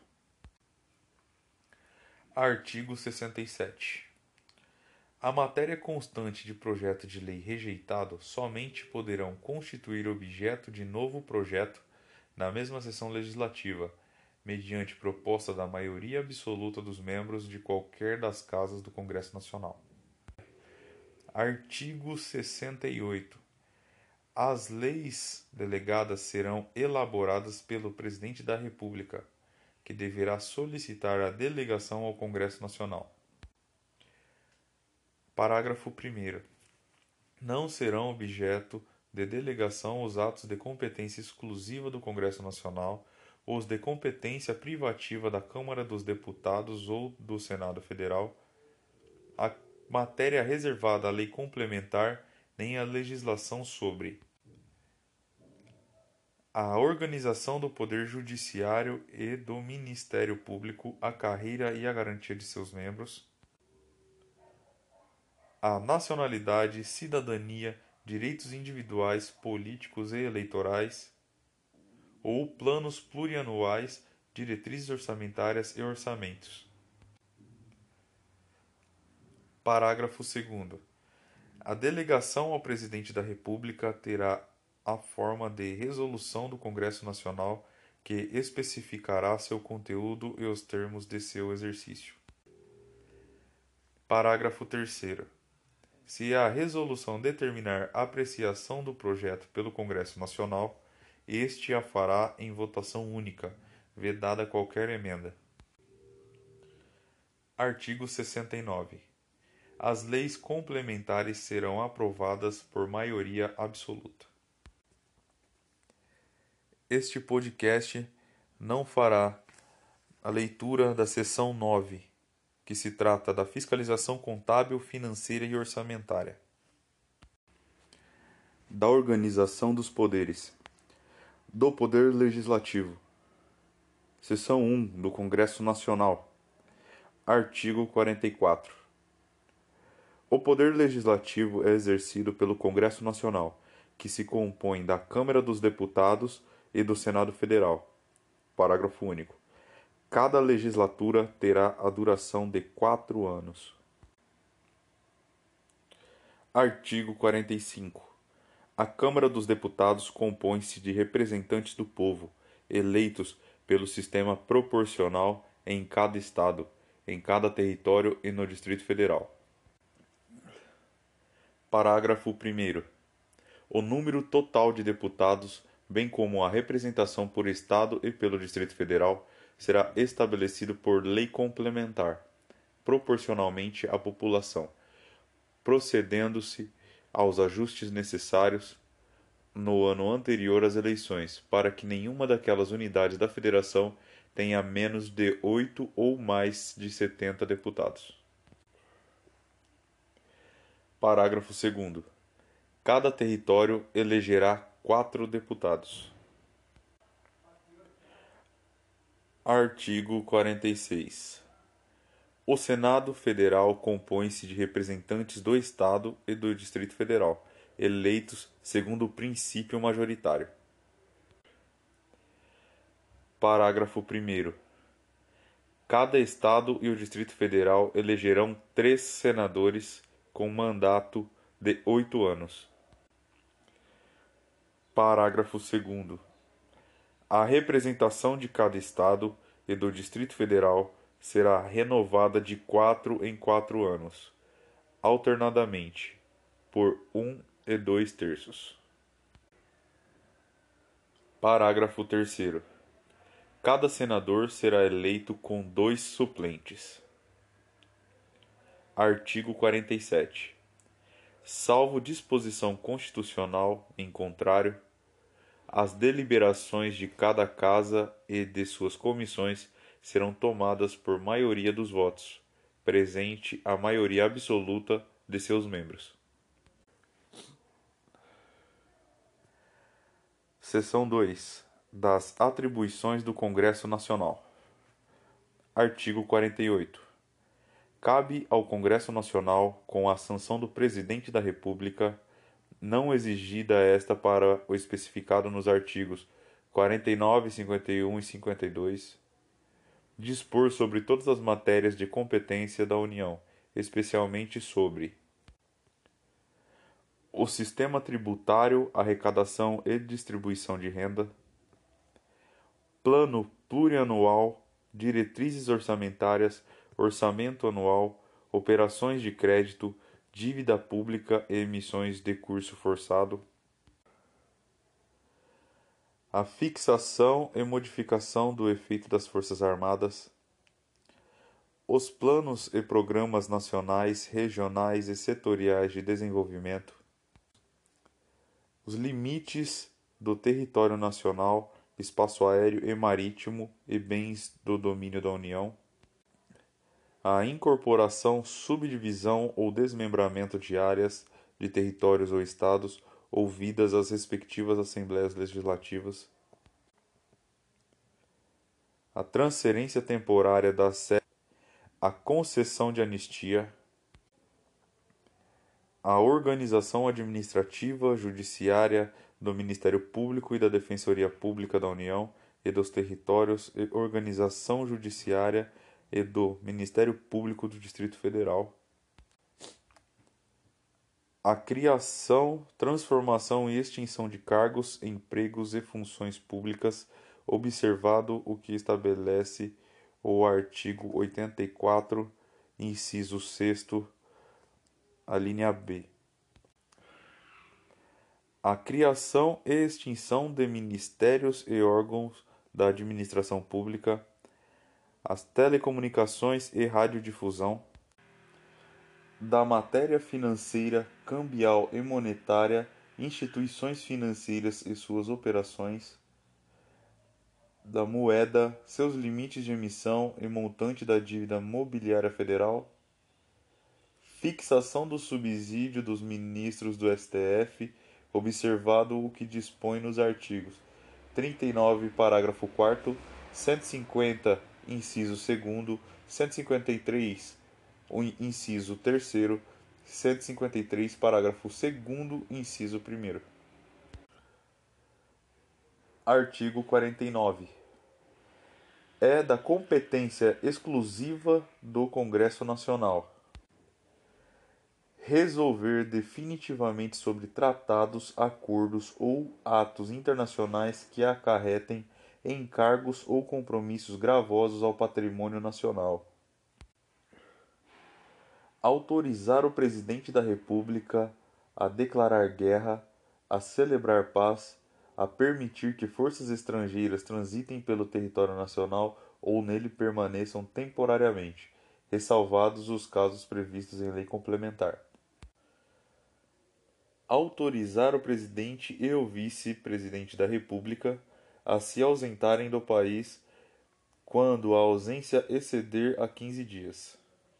Artigo sessenta e sete. A matéria constante de projeto de lei rejeitado somente poderão constituir objeto de novo projeto na mesma sessão legislativa, mediante proposta da maioria absoluta dos membros de qualquer das casas do Congresso Nacional. Artigo sessenta e oito. As leis delegadas serão elaboradas pelo Presidente da República, que deverá solicitar a delegação ao Congresso Nacional. Parágrafo primeiro. Não serão objeto de delegação os atos de competência exclusiva do Congresso Nacional, os de competência privativa da Câmara dos Deputados ou do Senado Federal, a matéria reservada à lei complementar, nem a legislação sobre a organização do Poder Judiciário e do Ministério Público, a carreira e a garantia de seus membros, a nacionalidade, cidadania, direitos individuais, políticos e eleitorais, ou planos plurianuais, diretrizes orçamentárias e orçamentos. Parágrafo segundo. A delegação ao Presidente da República terá a forma de resolução do Congresso Nacional, que especificará seu conteúdo e os termos de seu exercício. Parágrafo terceiro. Se a resolução determinar a apreciação do projeto pelo Congresso Nacional, este a fará em votação única, vedada qualquer emenda. Artigo sessenta e nove. As leis complementares serão aprovadas por maioria absoluta. Este podcast não fará a leitura da seção nove, que se trata da fiscalização contábil, financeira e orçamentária. Da organização dos poderes. Do Poder Legislativo. Seção um do Congresso Nacional. Artigo quarenta e quatro. O Poder Legislativo é exercido pelo Congresso Nacional, que se compõe da Câmara dos Deputados e do Senado Federal. Parágrafo único. Cada legislatura terá a duração de quatro anos. Artigo quarenta e cinco. A Câmara dos Deputados compõe-se de representantes do povo, eleitos pelo sistema proporcional em cada estado, em cada território e no Distrito Federal. Parágrafo primeiro. O número total de deputados, bem como a representação por estado e pelo Distrito Federal, será estabelecido por lei complementar, proporcionalmente à população, procedendo-se aos ajustes necessários no ano anterior às eleições, para que nenhuma daquelas unidades da Federação tenha menos de oito ou mais de setenta deputados. Parágrafo segundo. Cada território elegerá quatro deputados. Artigo quarenta e seis. O Senado Federal compõe-se de representantes do Estado e do Distrito Federal, eleitos segundo o princípio majoritário. Parágrafo primeiro. Cada Estado e o Distrito Federal elegerão três senadores com mandato de oito anos. Parágrafo segundo. A representação de cada Estado e do Distrito Federal será renovada de quatro em quatro anos, alternadamente, por um e dois terços. Parágrafo terceiro. Cada senador será eleito com dois suplentes. Artigo quarenta e sete. Salvo disposição constitucional em contrário, as deliberações de cada casa e de suas comissões serão tomadas por maioria dos votos, presente a maioria absoluta de seus membros. Seção dois. Das atribuições do Congresso Nacional. Artigo quarenta e oito. Cabe ao Congresso Nacional, com a sanção do Presidente da República, não exigida esta para o especificado nos artigos quarenta e nove, cinquenta e um e cinquenta e dois, dispor sobre todas as matérias de competência da União, especialmente sobre o sistema tributário, arrecadação e distribuição de renda, plano plurianual, diretrizes orçamentárias, orçamento anual, operações de crédito, dívida pública e emissões de curso forçado, a fixação e modificação do efeito das Forças Armadas, os planos e programas nacionais, regionais e setoriais de desenvolvimento, os limites do território nacional, espaço aéreo e marítimo e bens do domínio da União, a incorporação, subdivisão ou desmembramento de áreas, de territórios ou estados, ouvidas as respectivas Assembleias Legislativas, a transferência temporária da sede, a concessão de anistia, a organização administrativa, judiciária do Ministério Público e da Defensoria Pública da União e dos Territórios e organização judiciária e do Ministério Público do Distrito Federal, a criação, transformação e extinção de cargos, empregos e funções públicas, observado o que estabelece o artigo oitenta e quatro, inciso sexto, a linha B. A criação e extinção de ministérios e órgãos da administração pública, as telecomunicações e radiodifusão, da matéria financeira, cambial e monetária, instituições financeiras e suas operações, da moeda, seus limites de emissão e montante da dívida mobiliária federal, fixação do subsídio dos ministros do S T F, observado o que dispõe nos artigos trinta e nove, parágrafo quarto, cento e cinquenta, inciso segundo, cento e cinquenta e três, o inciso terceiro, cento e cinquenta e três, parágrafo segundo, inciso primeiro. Artigo quarenta e nove. É da competência exclusiva do Congresso Nacional resolver definitivamente sobre tratados, acordos ou atos internacionais que acarretem encargos ou compromissos gravosos ao patrimônio nacional. Autorizar o Presidente da República a declarar guerra, a celebrar paz, a permitir que forças estrangeiras transitem pelo território nacional ou nele permaneçam temporariamente, ressalvados os casos previstos em lei complementar. Autorizar o Presidente e o Vice-Presidente da República a se ausentarem do país quando a ausência exceder a quinze dias.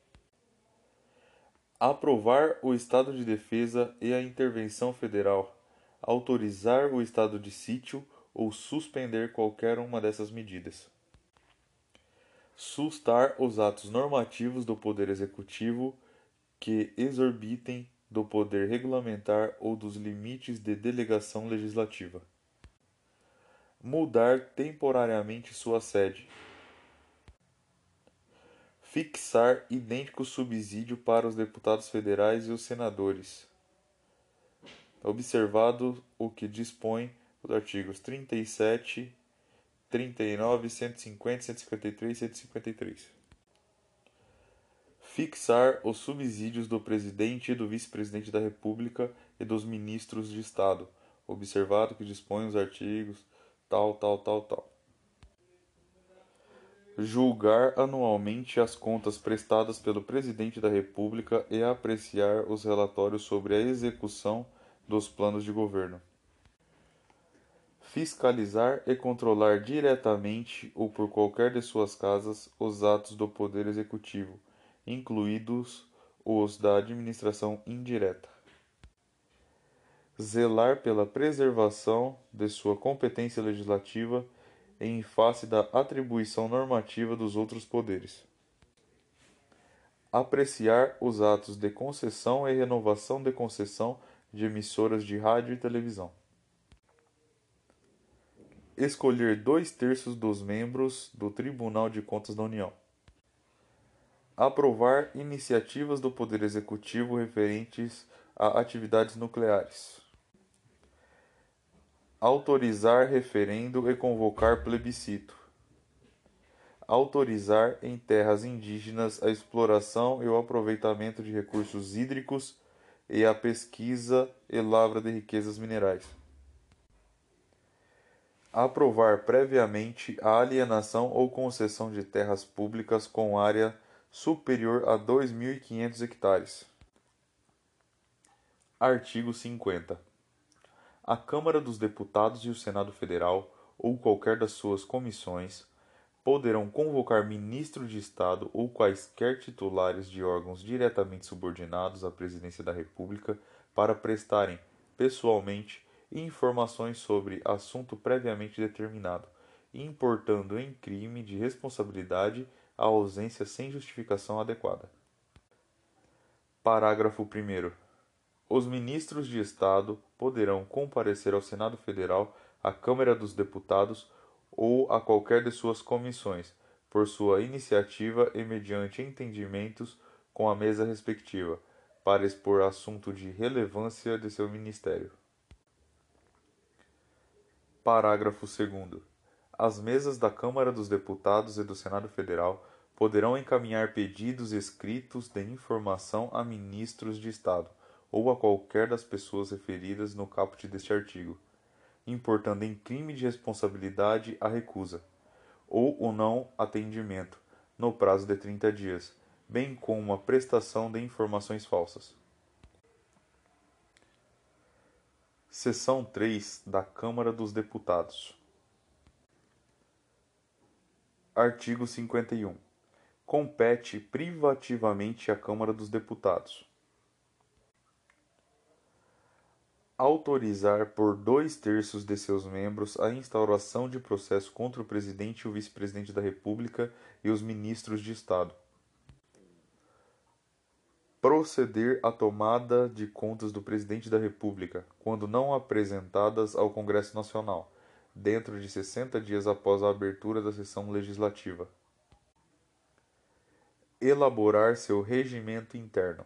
Aprovar o estado de defesa e a intervenção federal. Autorizar o estado de sítio ou suspender qualquer uma dessas medidas. Sustar os atos normativos do Poder Executivo que exorbitem do poder regulamentar ou dos limites de delegação legislativa. Mudar temporariamente sua sede. Fixar idêntico subsídio para os deputados federais e os senadores, observado o que dispõe os artigos trinta e sete, trinta e nove, cento e cinquenta, cento e cinquenta e três e cento e cinquenta e três. Fixar os subsídios do Presidente e do Vice-Presidente da República e dos Ministros de Estado, observado o que dispõe os artigos tal, tal, tal, tal. Julgar anualmente as contas prestadas pelo Presidente da República e apreciar os relatórios sobre a execução dos planos de governo. Fiscalizar e controlar diretamente ou por qualquer de suas casas os atos do Poder Executivo, incluídos os da administração indireta. Zelar pela preservação de sua competência legislativa em face da atribuição normativa dos outros poderes. Apreciar os atos de concessão e renovação de concessão de emissoras de rádio e televisão. Escolher dois terços dos membros do Tribunal de Contas da União. Aprovar iniciativas do Poder Executivo referentes a atividades nucleares. Autorizar referendo e convocar plebiscito. Autorizar em terras indígenas a exploração e o aproveitamento de recursos hídricos e a pesquisa e lavra de riquezas minerais. Aprovar previamente a alienação ou concessão de terras públicas com área superior a dois mil e quinhentos hectares. Artigo cinquenta. A Câmara dos Deputados e o Senado Federal, ou qualquer das suas comissões, poderão convocar ministro de Estado ou quaisquer titulares de órgãos diretamente subordinados à Presidência da República para prestarem, pessoalmente, informações sobre assunto previamente determinado, importando em crime de responsabilidade a ausência sem justificação adequada. Parágrafo primeiro. Os ministros de Estado poderão comparecer ao Senado Federal, à Câmara dos Deputados ou a qualquer de suas comissões, por sua iniciativa e mediante entendimentos com a mesa respectiva, para expor assunto de relevância de seu ministério. Parágrafo segundo. As mesas da Câmara dos Deputados e do Senado Federal poderão encaminhar pedidos escritos de informação a ministros de Estado ou a qualquer das pessoas referidas no caput deste artigo, importando em crime de responsabilidade a recusa, ou o não atendimento, no prazo de trinta dias, bem como a prestação de informações falsas. Seção três da Câmara dos Deputados. Artigo cinquenta e um. Compete privativamente à Câmara dos Deputados autorizar por dois terços de seus membros a instauração de processo contra o Presidente e o Vice-Presidente da República e os Ministros de Estado. Proceder à tomada de contas do Presidente da República, quando não apresentadas ao Congresso Nacional, dentro de sessenta dias após a abertura da sessão legislativa. Elaborar seu regimento interno.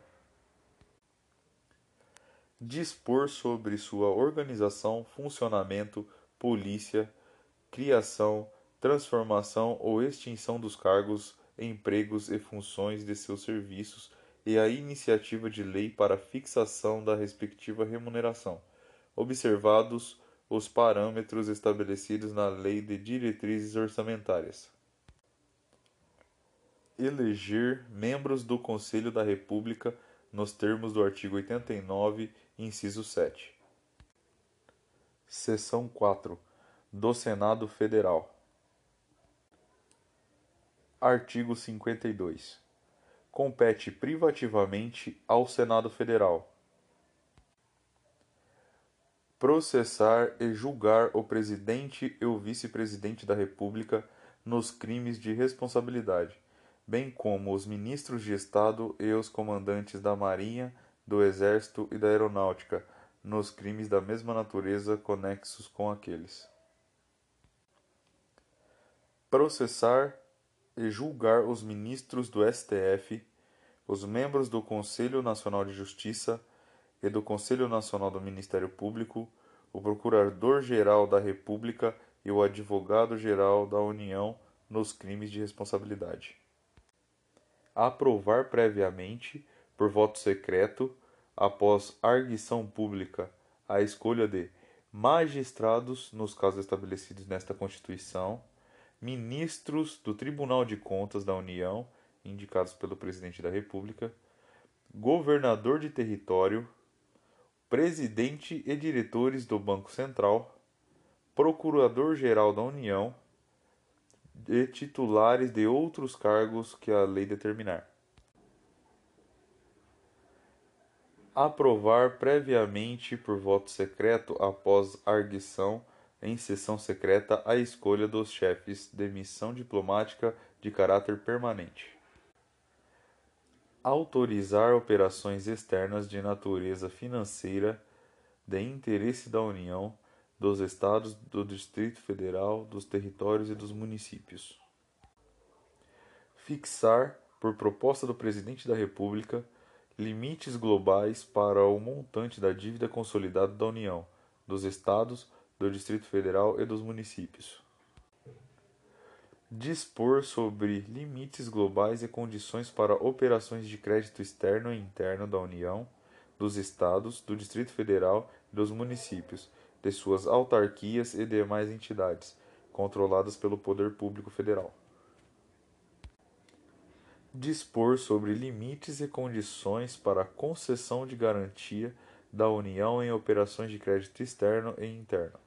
Dispor sobre sua organização, funcionamento, polícia, criação, transformação ou extinção dos cargos, empregos e funções de seus serviços e a iniciativa de lei para fixação da respectiva remuneração, observados os parâmetros estabelecidos na Lei de Diretrizes Orçamentárias. Eleger membros do Conselho da República nos termos do artigo oitenta e nove, inciso sete. Seção quatro. Do Senado Federal. Artigo cinquenta e dois. Compete privativamente ao Senado Federal processar e julgar o Presidente e o Vice-Presidente da República nos crimes de responsabilidade, bem como os ministros de Estado e os comandantes da Marinha, do Exército e da Aeronáutica, nos crimes da mesma natureza conexos com aqueles. Processar e julgar os ministros do S T F, os membros do Conselho Nacional de Justiça e do Conselho Nacional do Ministério Público, o Procurador-Geral da República e o Advogado-Geral da União nos crimes de responsabilidade. Aprovar previamente, por voto secreto, após arguição pública, a escolha de magistrados, nos casos estabelecidos nesta Constituição, ministros do Tribunal de Contas da União, indicados pelo Presidente da República, governador de território, presidente e diretores do Banco Central, procurador-geral da União e titulares de outros cargos que a lei determinar. Aprovar previamente por voto secreto após arguição em sessão secreta a escolha dos chefes de missão diplomática de caráter permanente. Autorizar operações externas de natureza financeira de interesse da União, dos Estados, do Distrito Federal, dos territórios e dos municípios. Fixar, por proposta do Presidente da República, limites globais para o montante da dívida consolidada da União, dos Estados, do Distrito Federal e dos municípios. Dispor sobre limites globais e condições para operações de crédito externo e interno da União, dos Estados, do Distrito Federal e dos municípios, de suas autarquias e demais entidades, controladas pelo Poder Público Federal. Dispor sobre limites e condições para a concessão de garantia da União em operações de crédito externo e interno.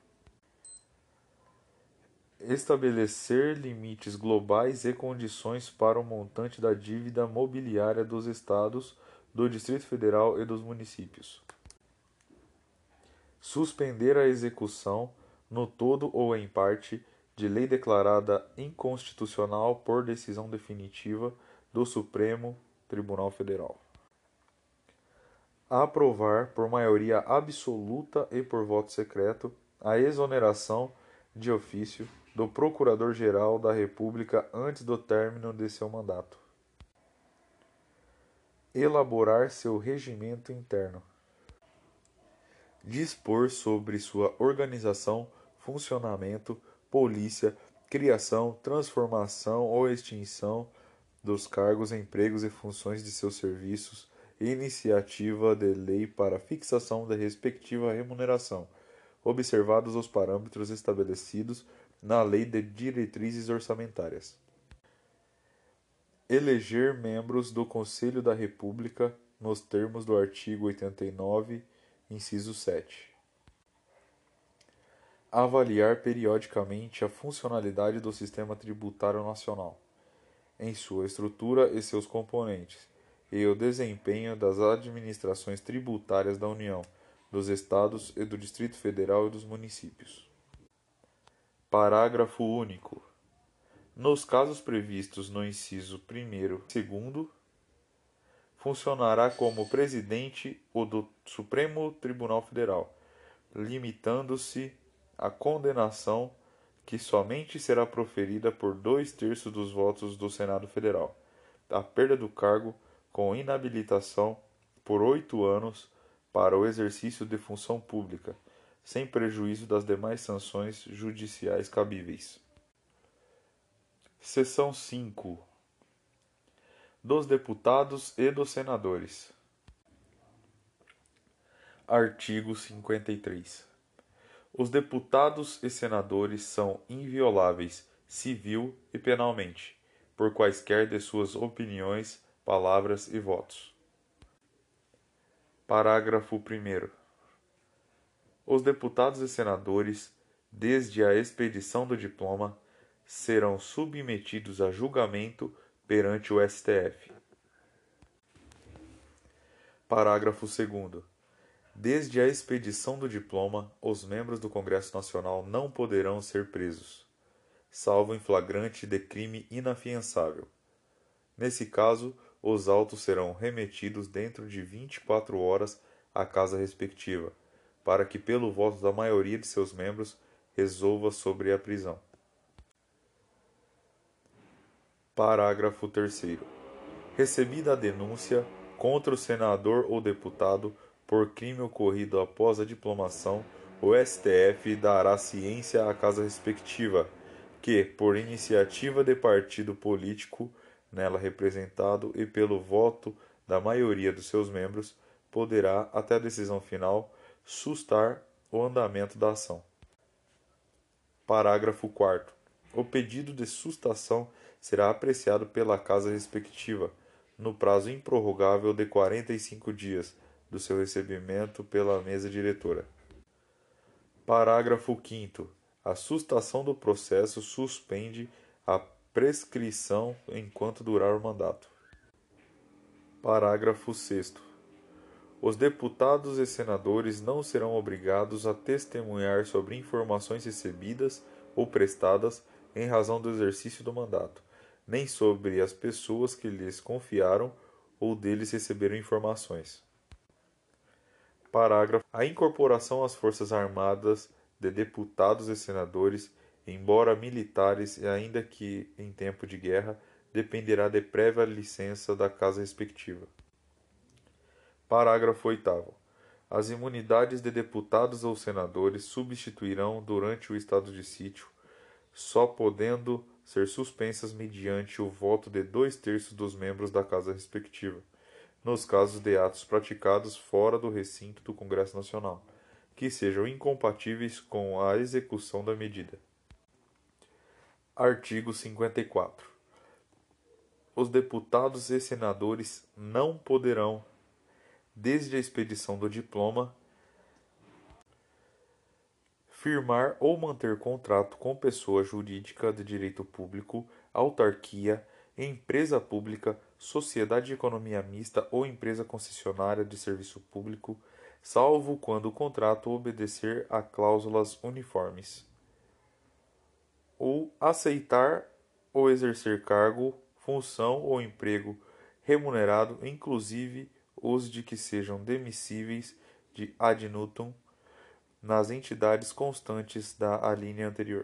Estabelecer limites globais e condições para o montante da dívida mobiliária dos Estados, do Distrito Federal e dos municípios. Suspender a execução, no todo ou em parte, de lei declarada inconstitucional por decisão definitiva do Supremo Tribunal Federal. Aprovar, por maioria absoluta e por voto secreto, a exoneração de ofício do Procurador-Geral da República antes do término de seu mandato. Elaborar seu regimento interno. Dispor sobre sua organização, funcionamento, polícia, criação, transformação ou extinção dos cargos, empregos e funções de seus serviços, iniciativa de lei para fixação da respectiva remuneração, observados os parâmetros estabelecidos na Lei de Diretrizes Orçamentárias. Eleger membros do Conselho da República nos termos do artigo oitenta e nove, inciso sete. Avaliar periodicamente a funcionalidade do sistema tributário nacional, em sua estrutura e seus componentes, e o desempenho das administrações tributárias da União, dos Estados e do Distrito Federal e dos municípios. Parágrafo único. Nos casos previstos no inciso primeiro e segundo, funcionará como presidente o do Supremo Tribunal Federal, limitando-se a condenação que somente será proferida por dois terços dos votos do Senado Federal, a perda do cargo com inabilitação por oito anos para o exercício de função pública, sem prejuízo das demais sanções judiciais cabíveis. Seção cinco. Dos deputados e dos senadores. Artigo cinquenta e três. Os deputados e senadores são invioláveis, civil e penalmente, por quaisquer de suas opiniões, palavras e votos. Parágrafo primeiro. Os deputados e senadores, desde a expedição do diploma, serão submetidos a julgamento perante o S T F. Parágrafo segundo. Desde a expedição do diploma, os membros do Congresso Nacional não poderão ser presos, salvo em flagrante de crime inafiançável. Nesse caso, os autos serão remetidos dentro de vinte e quatro horas à casa respectiva, para que, pelo voto da maioria de seus membros, resolva sobre a prisão. Parágrafo terceiro. Recebida a denúncia contra o senador ou deputado por crime ocorrido após a diplomação, o S T F dará ciência à casa respectiva, que, por iniciativa de partido político nela representado e pelo voto da maioria dos seus membros, poderá, até a decisão final, sustar o andamento da ação. Parágrafo quarto. O pedido de sustação será apreciado pela casa respectiva, no prazo improrrogável de quarenta e cinco dias do seu recebimento pela mesa diretora. Parágrafo quinto. A sustação do processo suspende a prescrição enquanto durar o mandato. Parágrafo sexto. Os deputados e senadores não serão obrigados a testemunhar sobre informações recebidas ou prestadas em razão do exercício do mandato, nem sobre as pessoas que lhes confiaram ou deles receberam informações. Parágrafo. A incorporação às Forças Armadas de deputados e senadores, embora militares e ainda que em tempo de guerra, dependerá de prévia licença da casa respectiva. Parágrafo oitavo. As imunidades de deputados ou senadores substituirão, durante o estado de sítio, só podendo ser suspensas mediante o voto de dois terços dos membros da casa respectiva, nos casos de atos praticados fora do recinto do Congresso Nacional, que sejam incompatíveis com a execução da medida. Artigo cinquenta e quatro. Os deputados e senadores não poderão, desde a expedição do diploma, firmar ou manter contrato com pessoa jurídica de direito público, autarquia, empresa pública, sociedade de economia mista ou empresa concessionária de serviço público, salvo quando o contrato obedecer a cláusulas uniformes, ou aceitar ou exercer cargo, função ou emprego remunerado, inclusive os de que sejam demissíveis de ad nutum, nas entidades constantes da alínea anterior.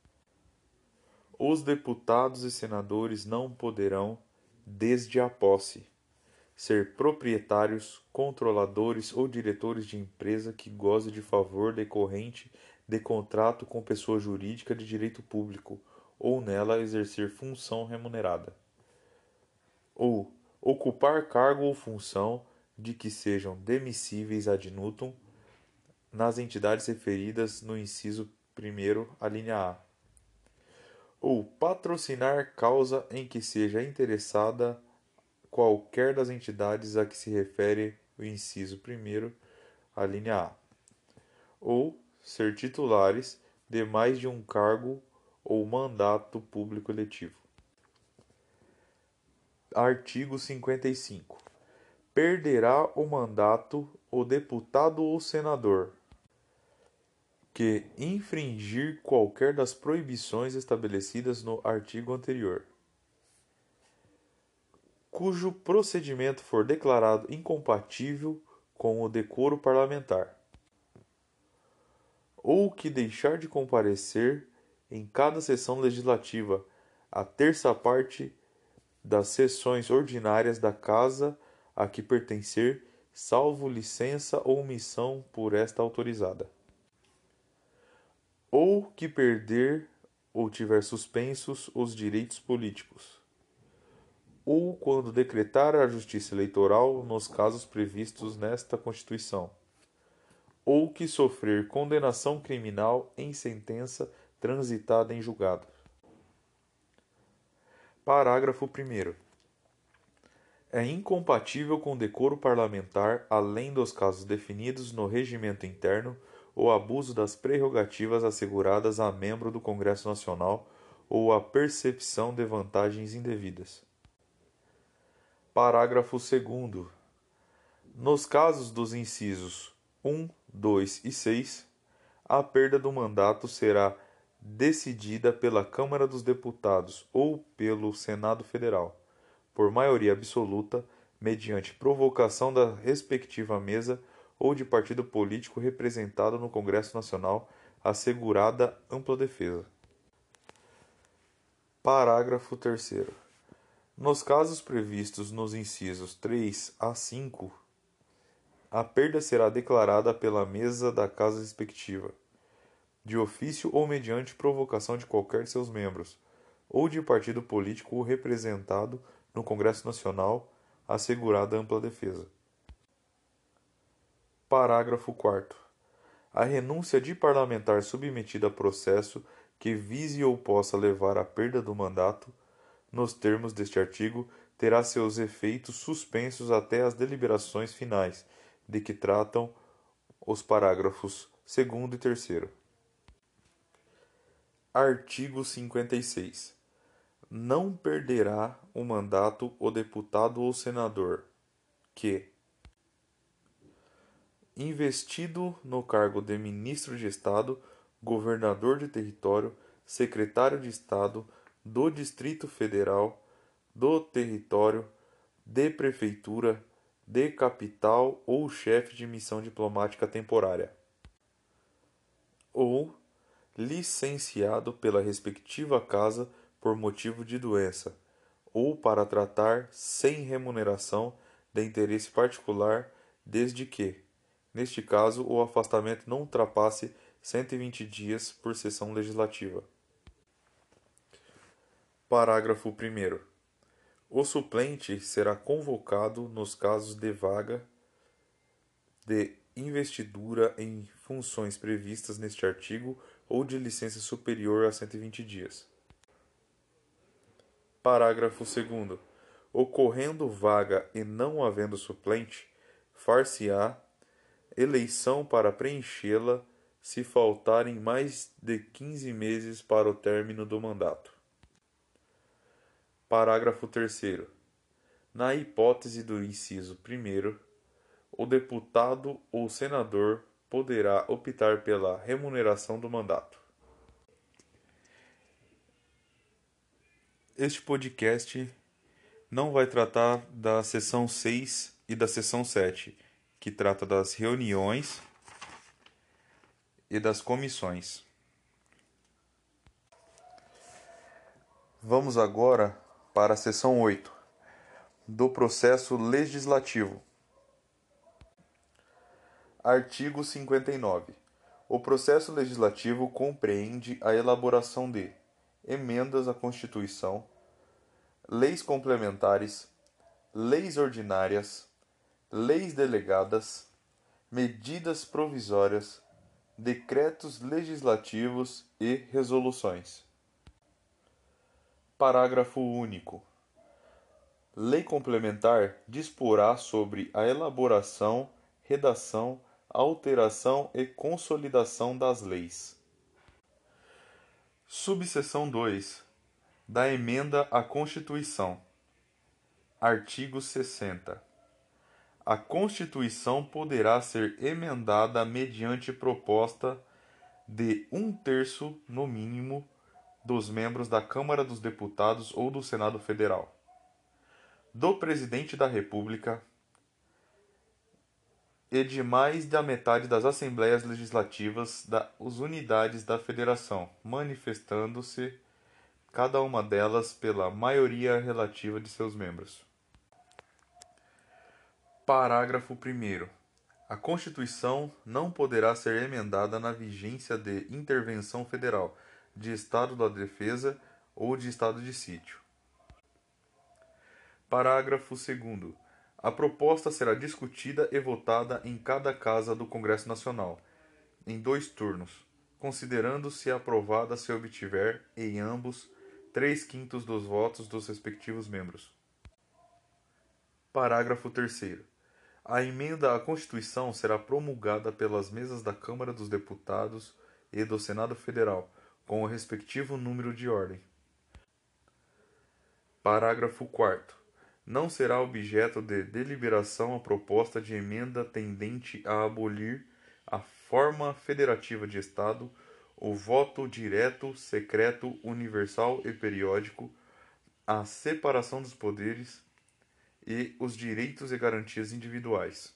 Os deputados e senadores não poderão, desde a posse, ser proprietários, controladores ou diretores de empresa que goze de favor decorrente de contrato com pessoa jurídica de direito público ou nela exercer função remunerada. ou ocupar cargo ou função de que sejam demissíveis ad nutum nas entidades referidas no inciso primeiro, a linha A, ou patrocinar causa em que seja interessada qualquer das entidades a que se refere o inciso primeiro, a linha A, ou ser titulares de mais de um cargo ou mandato público eletivo. Artigo cinquenta e cinco. Perderá o mandato o deputado ou senador que infringir qualquer das proibições estabelecidas no artigo anterior, cujo procedimento for declarado incompatível com o decoro parlamentar, ou que deixar de comparecer em cada sessão legislativa a terça parte das sessões ordinárias da Casa a que pertencer, salvo licença ou missão por esta autorizada, ou que perder ou tiver suspensos os direitos políticos, ou quando decretar a justiça eleitoral nos casos previstos nesta Constituição, ou que sofrer condenação criminal em sentença transitada em julgado. Parágrafo primeiro. É incompatível com o decoro parlamentar, além dos casos definidos no regimento interno, o abuso das prerrogativas asseguradas a membro do Congresso Nacional ou a percepção de vantagens indevidas. Parágrafo segundo. Nos casos dos incisos um, dois e seis, a perda do mandato será decidida pela Câmara dos Deputados ou pelo Senado Federal, por maioria absoluta, mediante provocação da respectiva mesa ou de partido político representado no Congresso Nacional, assegurada ampla defesa. Parágrafo terceiro. Nos casos previstos nos incisos três a cinco, a perda será declarada pela mesa da Casa respectiva, de ofício ou mediante provocação de qualquer de seus membros, ou de partido político representado no Congresso Nacional, assegurada ampla defesa. Parágrafo quarto. A renúncia de parlamentar submetida a processo que vise ou possa levar à perda do mandato, nos termos deste artigo, terá seus efeitos suspensos até as deliberações finais, de que tratam os parágrafos segundo e terceiro. Artigo cinquenta e seis. Não perderá o mandato o deputado ou senador que, investido no cargo de ministro de Estado, governador de território, secretário de Estado do Distrito Federal, do território, de prefeitura, de capital ou chefe de missão diplomática temporária, ou licenciado pela respectiva casa por motivo de doença, ou para tratar sem remuneração de interesse particular, desde que, neste caso, o afastamento não ultrapasse cento e vinte dias por sessão legislativa. Parágrafo primeiro. O suplente será convocado nos casos de vaga de investidura em funções previstas neste artigo ou de licença superior a cento e vinte dias. Parágrafo segundo. Ocorrendo vaga e não havendo suplente, far-se-á eleição para preenchê-la se faltarem mais de quinze meses para o término do mandato. Parágrafo terceiro. Na hipótese do inciso primeiro, o deputado ou senador poderá optar pela remuneração do mandato. Este podcast não vai tratar da seção seis e da seção sete, que trata das reuniões e das comissões. Vamos agora para a seção oito, do processo legislativo. Artigo cinquenta e nove. O processo legislativo compreende a elaboração de emendas à Constituição, leis complementares, leis ordinárias, leis delegadas, medidas provisórias, decretos legislativos e resoluções. Parágrafo único. Lei complementar disporá sobre a elaboração, redação, alteração e consolidação das leis. Subseção dois. Da emenda à Constituição. Artigo sessenta. A Constituição poderá ser emendada mediante proposta de um terço, no mínimo, dos membros da Câmara dos Deputados ou do Senado Federal, do Presidente da República e de mais da metade das Assembleias Legislativas das unidades da Federação, manifestando-se cada uma delas pela maioria relativa de seus membros. Parágrafo primeiro. A Constituição não poderá ser emendada na vigência de intervenção federal, de estado da defesa ou de estado de sítio. Parágrafo segundo. A proposta será discutida e votada em cada casa do Congresso Nacional, em dois turnos, considerando-se aprovada se obtiver, em ambos, três quintos dos votos dos respectivos membros. Parágrafo terceiro. A emenda à Constituição será promulgada pelas mesas da Câmara dos Deputados e do Senado Federal, com o respectivo número de ordem. Parágrafo quarto. Não será objeto de deliberação a proposta de emenda tendente a abolir a forma federativa de Estado, o voto direto, secreto, universal e periódico, a separação dos poderes e os direitos e garantias individuais.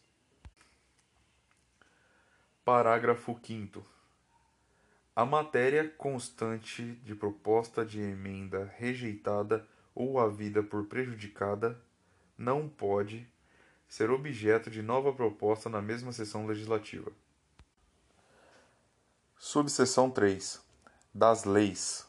Parágrafo quinto. A matéria constante de proposta de emenda rejeitada ou havida por prejudicada não pode ser objeto de nova proposta na mesma sessão legislativa. Subseção três. Das leis.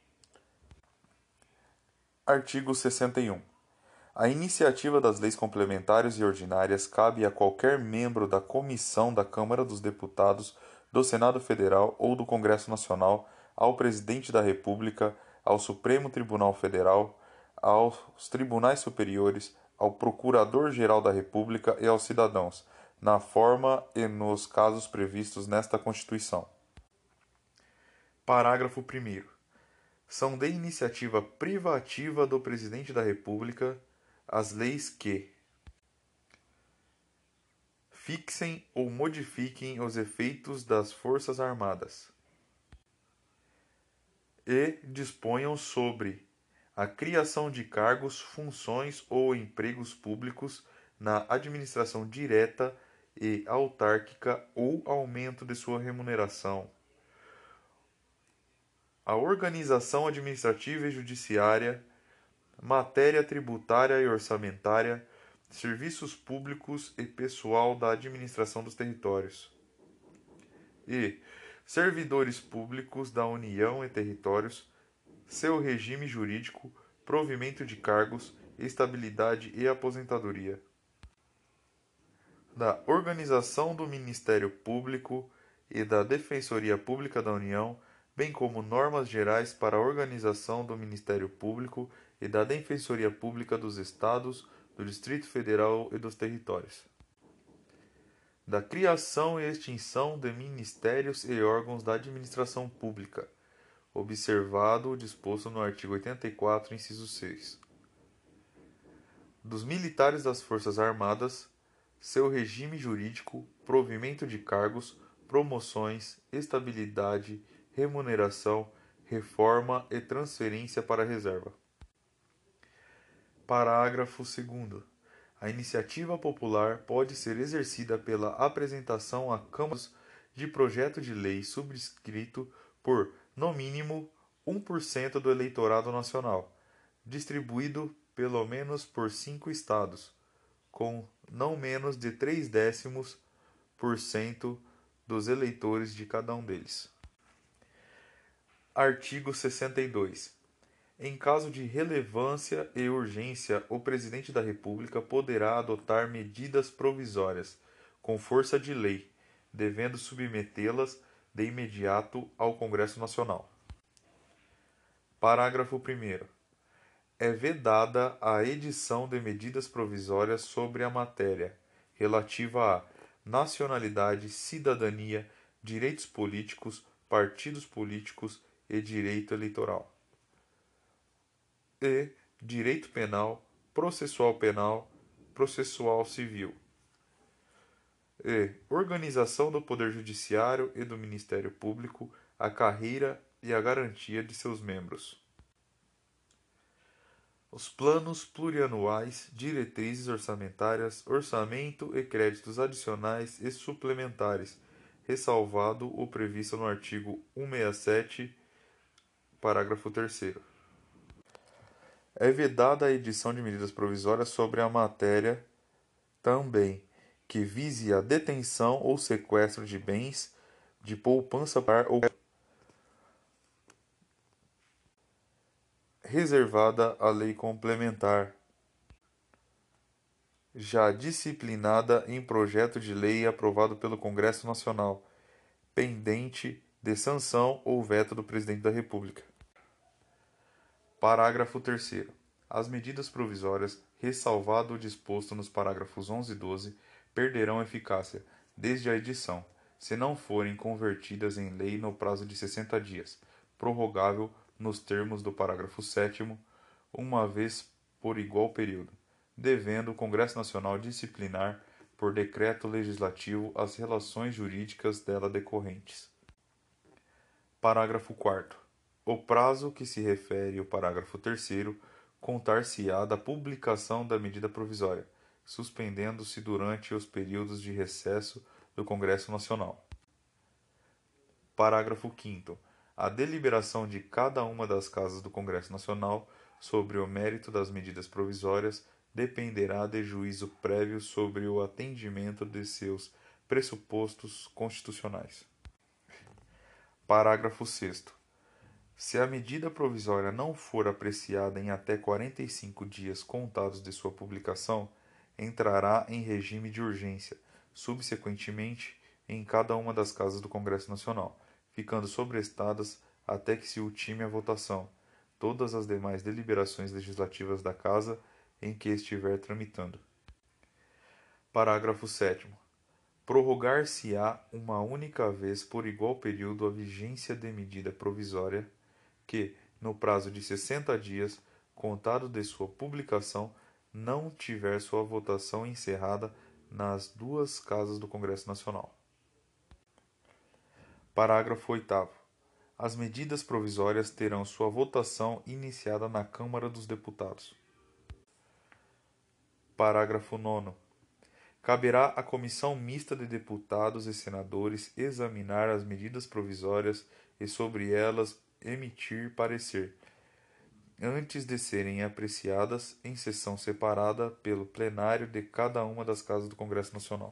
Artigo sessenta e um. A iniciativa das leis complementares e ordinárias cabe a qualquer membro da comissão da Câmara dos Deputados, do Senado Federal ou do Congresso Nacional, ao Presidente da República, ao Supremo Tribunal Federal, aos tribunais superiores, ao Procurador-Geral da República e aos cidadãos, na forma e nos casos previstos nesta Constituição. Parágrafo primeiro. São de iniciativa privativa do Presidente da República as leis que fixem ou modifiquem os efeitos das Forças Armadas e disponham sobre a criação de cargos, funções ou empregos públicos na administração direta e autárquica ou aumento de sua remuneração, a organização administrativa e judiciária, matéria tributária e orçamentária, serviços públicos e pessoal da administração dos territórios, e servidores públicos da União e territórios, seu regime jurídico, provimento de cargos, estabilidade e aposentadoria, da organização do Ministério Público e da Defensoria Pública da União, bem como normas gerais para a organização do Ministério Público e da Defensoria Pública dos Estados, do Distrito Federal e dos territórios, da criação e extinção de ministérios e órgãos da administração pública, observado o disposto no artigo oitenta e quatro, inciso seis, dos militares das Forças Armadas, seu regime jurídico, provimento de cargos, promoções, estabilidade, remuneração, reforma e transferência para a reserva. Parágrafo segundo. A iniciativa popular pode ser exercida pela apresentação a câmaras de projeto de lei subscrito por, no mínimo, um por cento do eleitorado nacional, distribuído pelo menos por cinco estados, com não menos de três décimos por cento dos eleitores de cada um deles. Artigo sessenta e dois. Em caso de relevância e urgência, o Presidente da República poderá adotar medidas provisórias, com força de lei, devendo submetê-las de imediato ao Congresso Nacional. Parágrafo primeiro. É vedada a edição de medidas provisórias sobre a matéria relativa a nacionalidade, cidadania, direitos políticos, partidos políticos e direito eleitoral. E direito penal, processual penal, processual civil. E organização do Poder Judiciário e do Ministério Público, a carreira e a garantia de seus membros. Os planos plurianuais, diretrizes orçamentárias, orçamento e créditos adicionais e suplementares, ressalvado o previsto no artigo cento e sessenta e sete, parágrafo terceiro. É vedada a edição de medidas provisórias sobre a matéria também, que vise a detenção ou sequestro de bens de poupança par ou reservada à lei complementar, já disciplinada em projeto de lei aprovado pelo Congresso Nacional, pendente de sanção ou veto do Presidente da República. Parágrafo terceiro. As medidas provisórias, ressalvado o disposto nos parágrafos onze e doze, perderão eficácia, desde a edição, se não forem convertidas em lei no prazo de sessenta dias, prorrogável nos termos do parágrafo sétimo, uma vez por igual período, devendo o Congresso Nacional disciplinar, por decreto legislativo, as relações jurídicas dela decorrentes. Parágrafo quarto. O prazo que se refere o parágrafo terceiro contar-se-á da publicação da medida provisória, suspendendo-se durante os períodos de recesso do Congresso Nacional. Parágrafo quinto. A deliberação de cada uma das casas do Congresso Nacional sobre o mérito das medidas provisórias dependerá de juízo prévio sobre o atendimento de seus pressupostos constitucionais. Parágrafo sexto. Se a medida provisória não for apreciada em até quarenta e cinco dias contados de sua publicação, entrará em regime de urgência, subsequentemente, em cada uma das casas do Congresso Nacional, ficando sobrestadas até que se ultime a votação, todas as demais deliberações legislativas da Casa em que estiver tramitando. Parágrafo sétimo. Prorrogar-se-á uma única vez por igual período a vigência de medida provisória que, no prazo de sessenta dias, contado de sua publicação, não tiver sua votação encerrada nas duas casas do Congresso Nacional. Parágrafo oitavo. As medidas provisórias terão sua votação iniciada na Câmara dos Deputados. Parágrafo nono. Caberá à Comissão Mista de Deputados e Senadores examinar as medidas provisórias e sobre elas emitir parecer, antes de serem apreciadas em sessão separada pelo plenário de cada uma das casas do Congresso Nacional.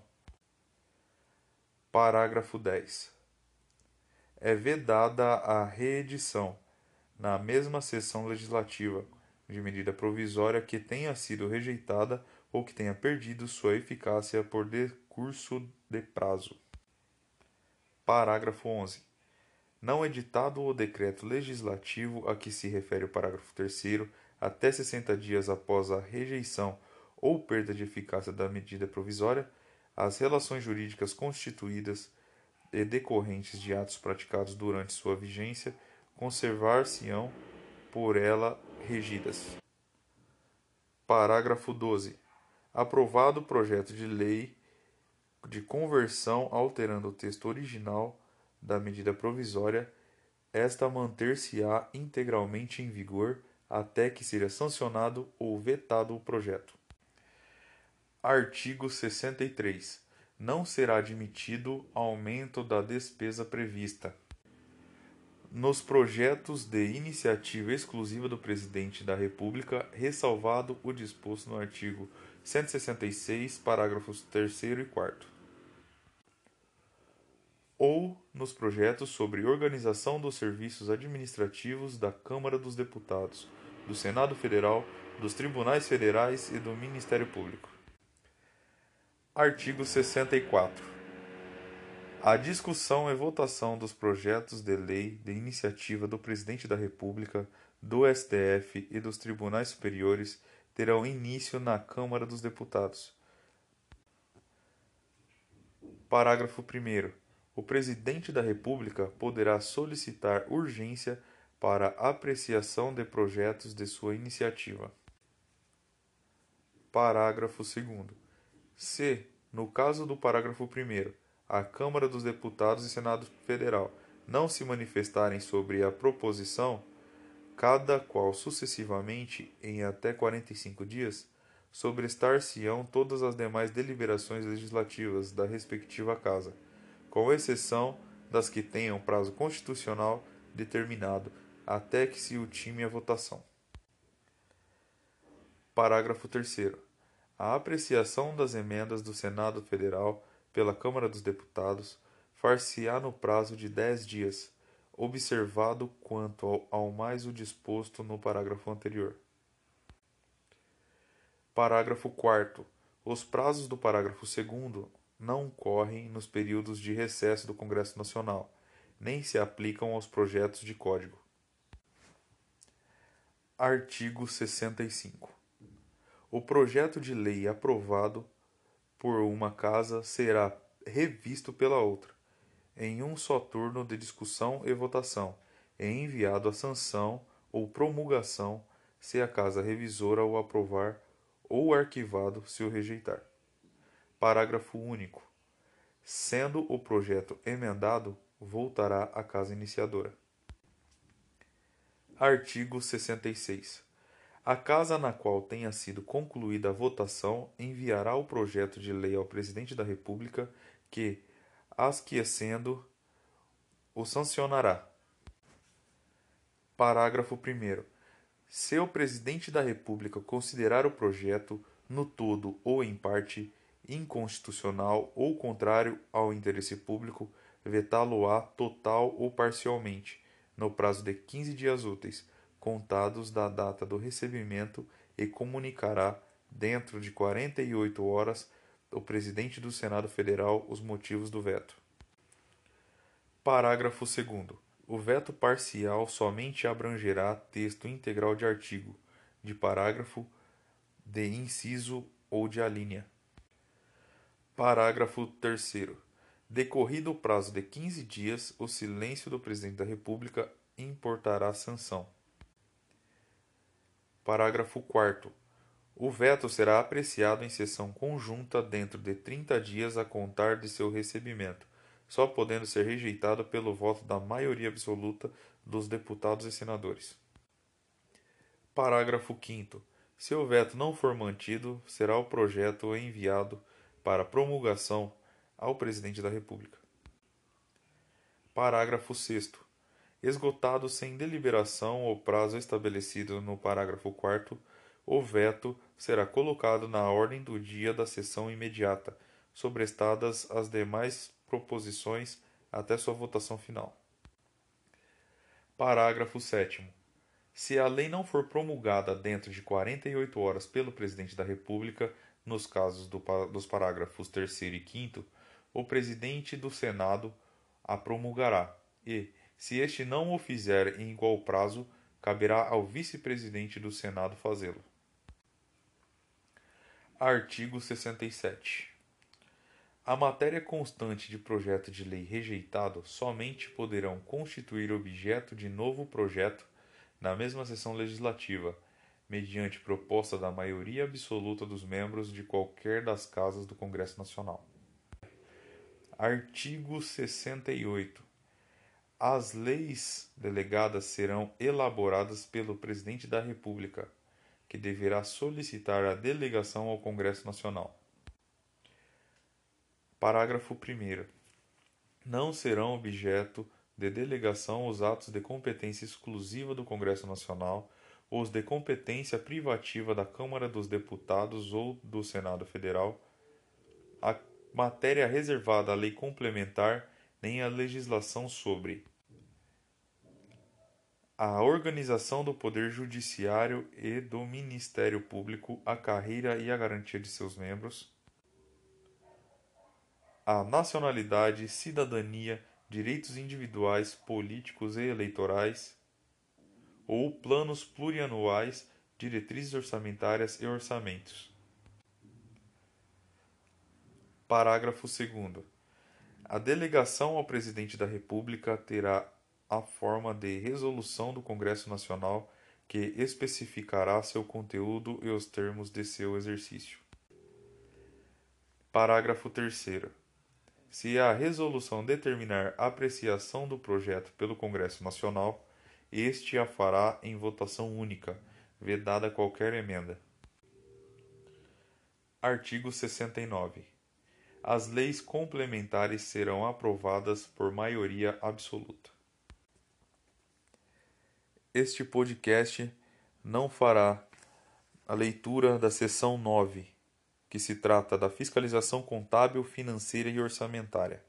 Parágrafo dez. É vedada a reedição, na mesma sessão legislativa, de medida provisória que tenha sido rejeitada ou que tenha perdido sua eficácia por decurso de prazo. Parágrafo onze. Não editado o decreto legislativo a que se refere o parágrafo terceiro, até sessenta dias após a rejeição ou perda de eficácia da medida provisória, as relações jurídicas constituídas e decorrentes de atos praticados durante sua vigência conservar-se-ão por ela regidas. Parágrafo doze. Aprovado o projeto de lei de conversão alterando o texto original da medida provisória, esta manter-se-á integralmente em vigor até que seja sancionado ou vetado o projeto. Artigo sessenta e três. Não será admitido aumento da despesa prevista nos projetos de iniciativa exclusiva do Presidente da República, ressalvado o disposto no artigo cento e sessenta e seis, parágrafos terceiro e quarto. Ou nos projetos sobre organização dos serviços administrativos da Câmara dos Deputados, do Senado Federal, dos Tribunais Federais e do Ministério Público. Artigo sessenta e quatro. A discussão e votação dos projetos de lei de iniciativa do Presidente da República, do S T F e dos Tribunais Superiores terão início na Câmara dos Deputados. Parágrafo primeiro. O Presidente da República poderá solicitar urgência para apreciação de projetos de sua iniciativa. Parágrafo segundo. Se, no caso do parágrafo primeiro, a Câmara dos Deputados e Senado Federal não se manifestarem sobre a proposição, cada qual sucessivamente em até quarenta e cinco dias, sobrestar-se-ão todas as demais deliberações legislativas da respectiva Casa, com exceção das que tenham prazo constitucional determinado até que se ultime a votação. Parágrafo terceiro. A apreciação das emendas do Senado Federal pela Câmara dos Deputados far-se-á no prazo de dez dias, observado quanto ao, ao mais o disposto no parágrafo anterior. Parágrafo quarto. Os prazos do parágrafo segundo não correm nos períodos de recesso do Congresso Nacional, nem se aplicam aos projetos de código. Artigo sessenta e cinco. O projeto de lei aprovado por uma Casa será revisto pela outra, em um só turno de discussão e votação, e enviado à sanção ou promulgação se a Casa Revisora o aprovar ou arquivado se o rejeitar. Parágrafo único. Sendo o projeto emendado, voltará à Casa Iniciadora. Artigo sessenta e seis. A Casa na qual tenha sido concluída a votação enviará o projeto de lei ao Presidente da República, que, asquiescendo, o sancionará. Parágrafo primeiro. Se o Presidente da República considerar o projeto, no todo ou em parte, inconstitucional ou contrário ao interesse público, vetá-lo-á total ou parcialmente, no prazo de quinze dias úteis, contados da data do recebimento, e comunicará, dentro de quarenta e oito horas, o Presidente do Senado Federal os motivos do veto. Parágrafo segundo. O veto parcial somente abrangerá texto integral de artigo, de parágrafo, de inciso ou de alínea. Parágrafo terceiro. Decorrido o prazo de quinze dias, o silêncio do Presidente da República importará sanção. Parágrafo quarto. O veto será apreciado em sessão conjunta dentro de trinta dias a contar de seu recebimento, só podendo ser rejeitado pelo voto da maioria absoluta dos deputados e senadores. Parágrafo quinto. Se o veto não for mantido, será o projeto enviado para promulgação ao Presidente da República. Parágrafo sexto. Esgotado sem deliberação o prazo estabelecido no parágrafo quarto, o veto será colocado na ordem do dia da sessão imediata, sobrestadas as demais proposições até sua votação final. Parágrafo sétimo. Se a lei não for promulgada dentro de quarenta e oito horas pelo Presidente da República, nos casos do, dos parágrafos terceiro e quinto, o Presidente do Senado a promulgará e, se este não o fizer em igual prazo, caberá ao Vice-Presidente do Senado fazê-lo. Artigo sessenta e sete. A matéria constante de projeto de lei rejeitado somente poderão constituir objeto de novo projeto na mesma sessão legislativa, mediante proposta da maioria absoluta dos membros de qualquer das casas do Congresso Nacional. Artigo sessenta e oito. As leis delegadas serão elaboradas pelo Presidente da República, que deverá solicitar a delegação ao Congresso Nacional. Parágrafo primeiro. Não serão objeto de delegação os atos de competência exclusiva do Congresso Nacional, ou os de competência privativa da Câmara dos Deputados ou do Senado Federal, a matéria reservada à lei complementar nem a legislação sobre a organização do Poder Judiciário e do Ministério Público, a carreira e a garantia de seus membros, a nacionalidade, cidadania, direitos individuais, políticos e eleitorais, ou planos plurianuais, diretrizes orçamentárias e orçamentos. Parágrafo segundo. A delegação ao Presidente da República terá a forma de resolução do Congresso Nacional que especificará seu conteúdo e os termos de seu exercício. Parágrafo terceiro. Se a resolução determinar a apreciação do projeto pelo Congresso Nacional, este a fará em votação única, vedada qualquer emenda. Artigo sessenta e nove. As leis complementares serão aprovadas por maioria absoluta. Este podcast não fará a leitura da seção nove, que se trata da fiscalização contábil, financeira e orçamentária.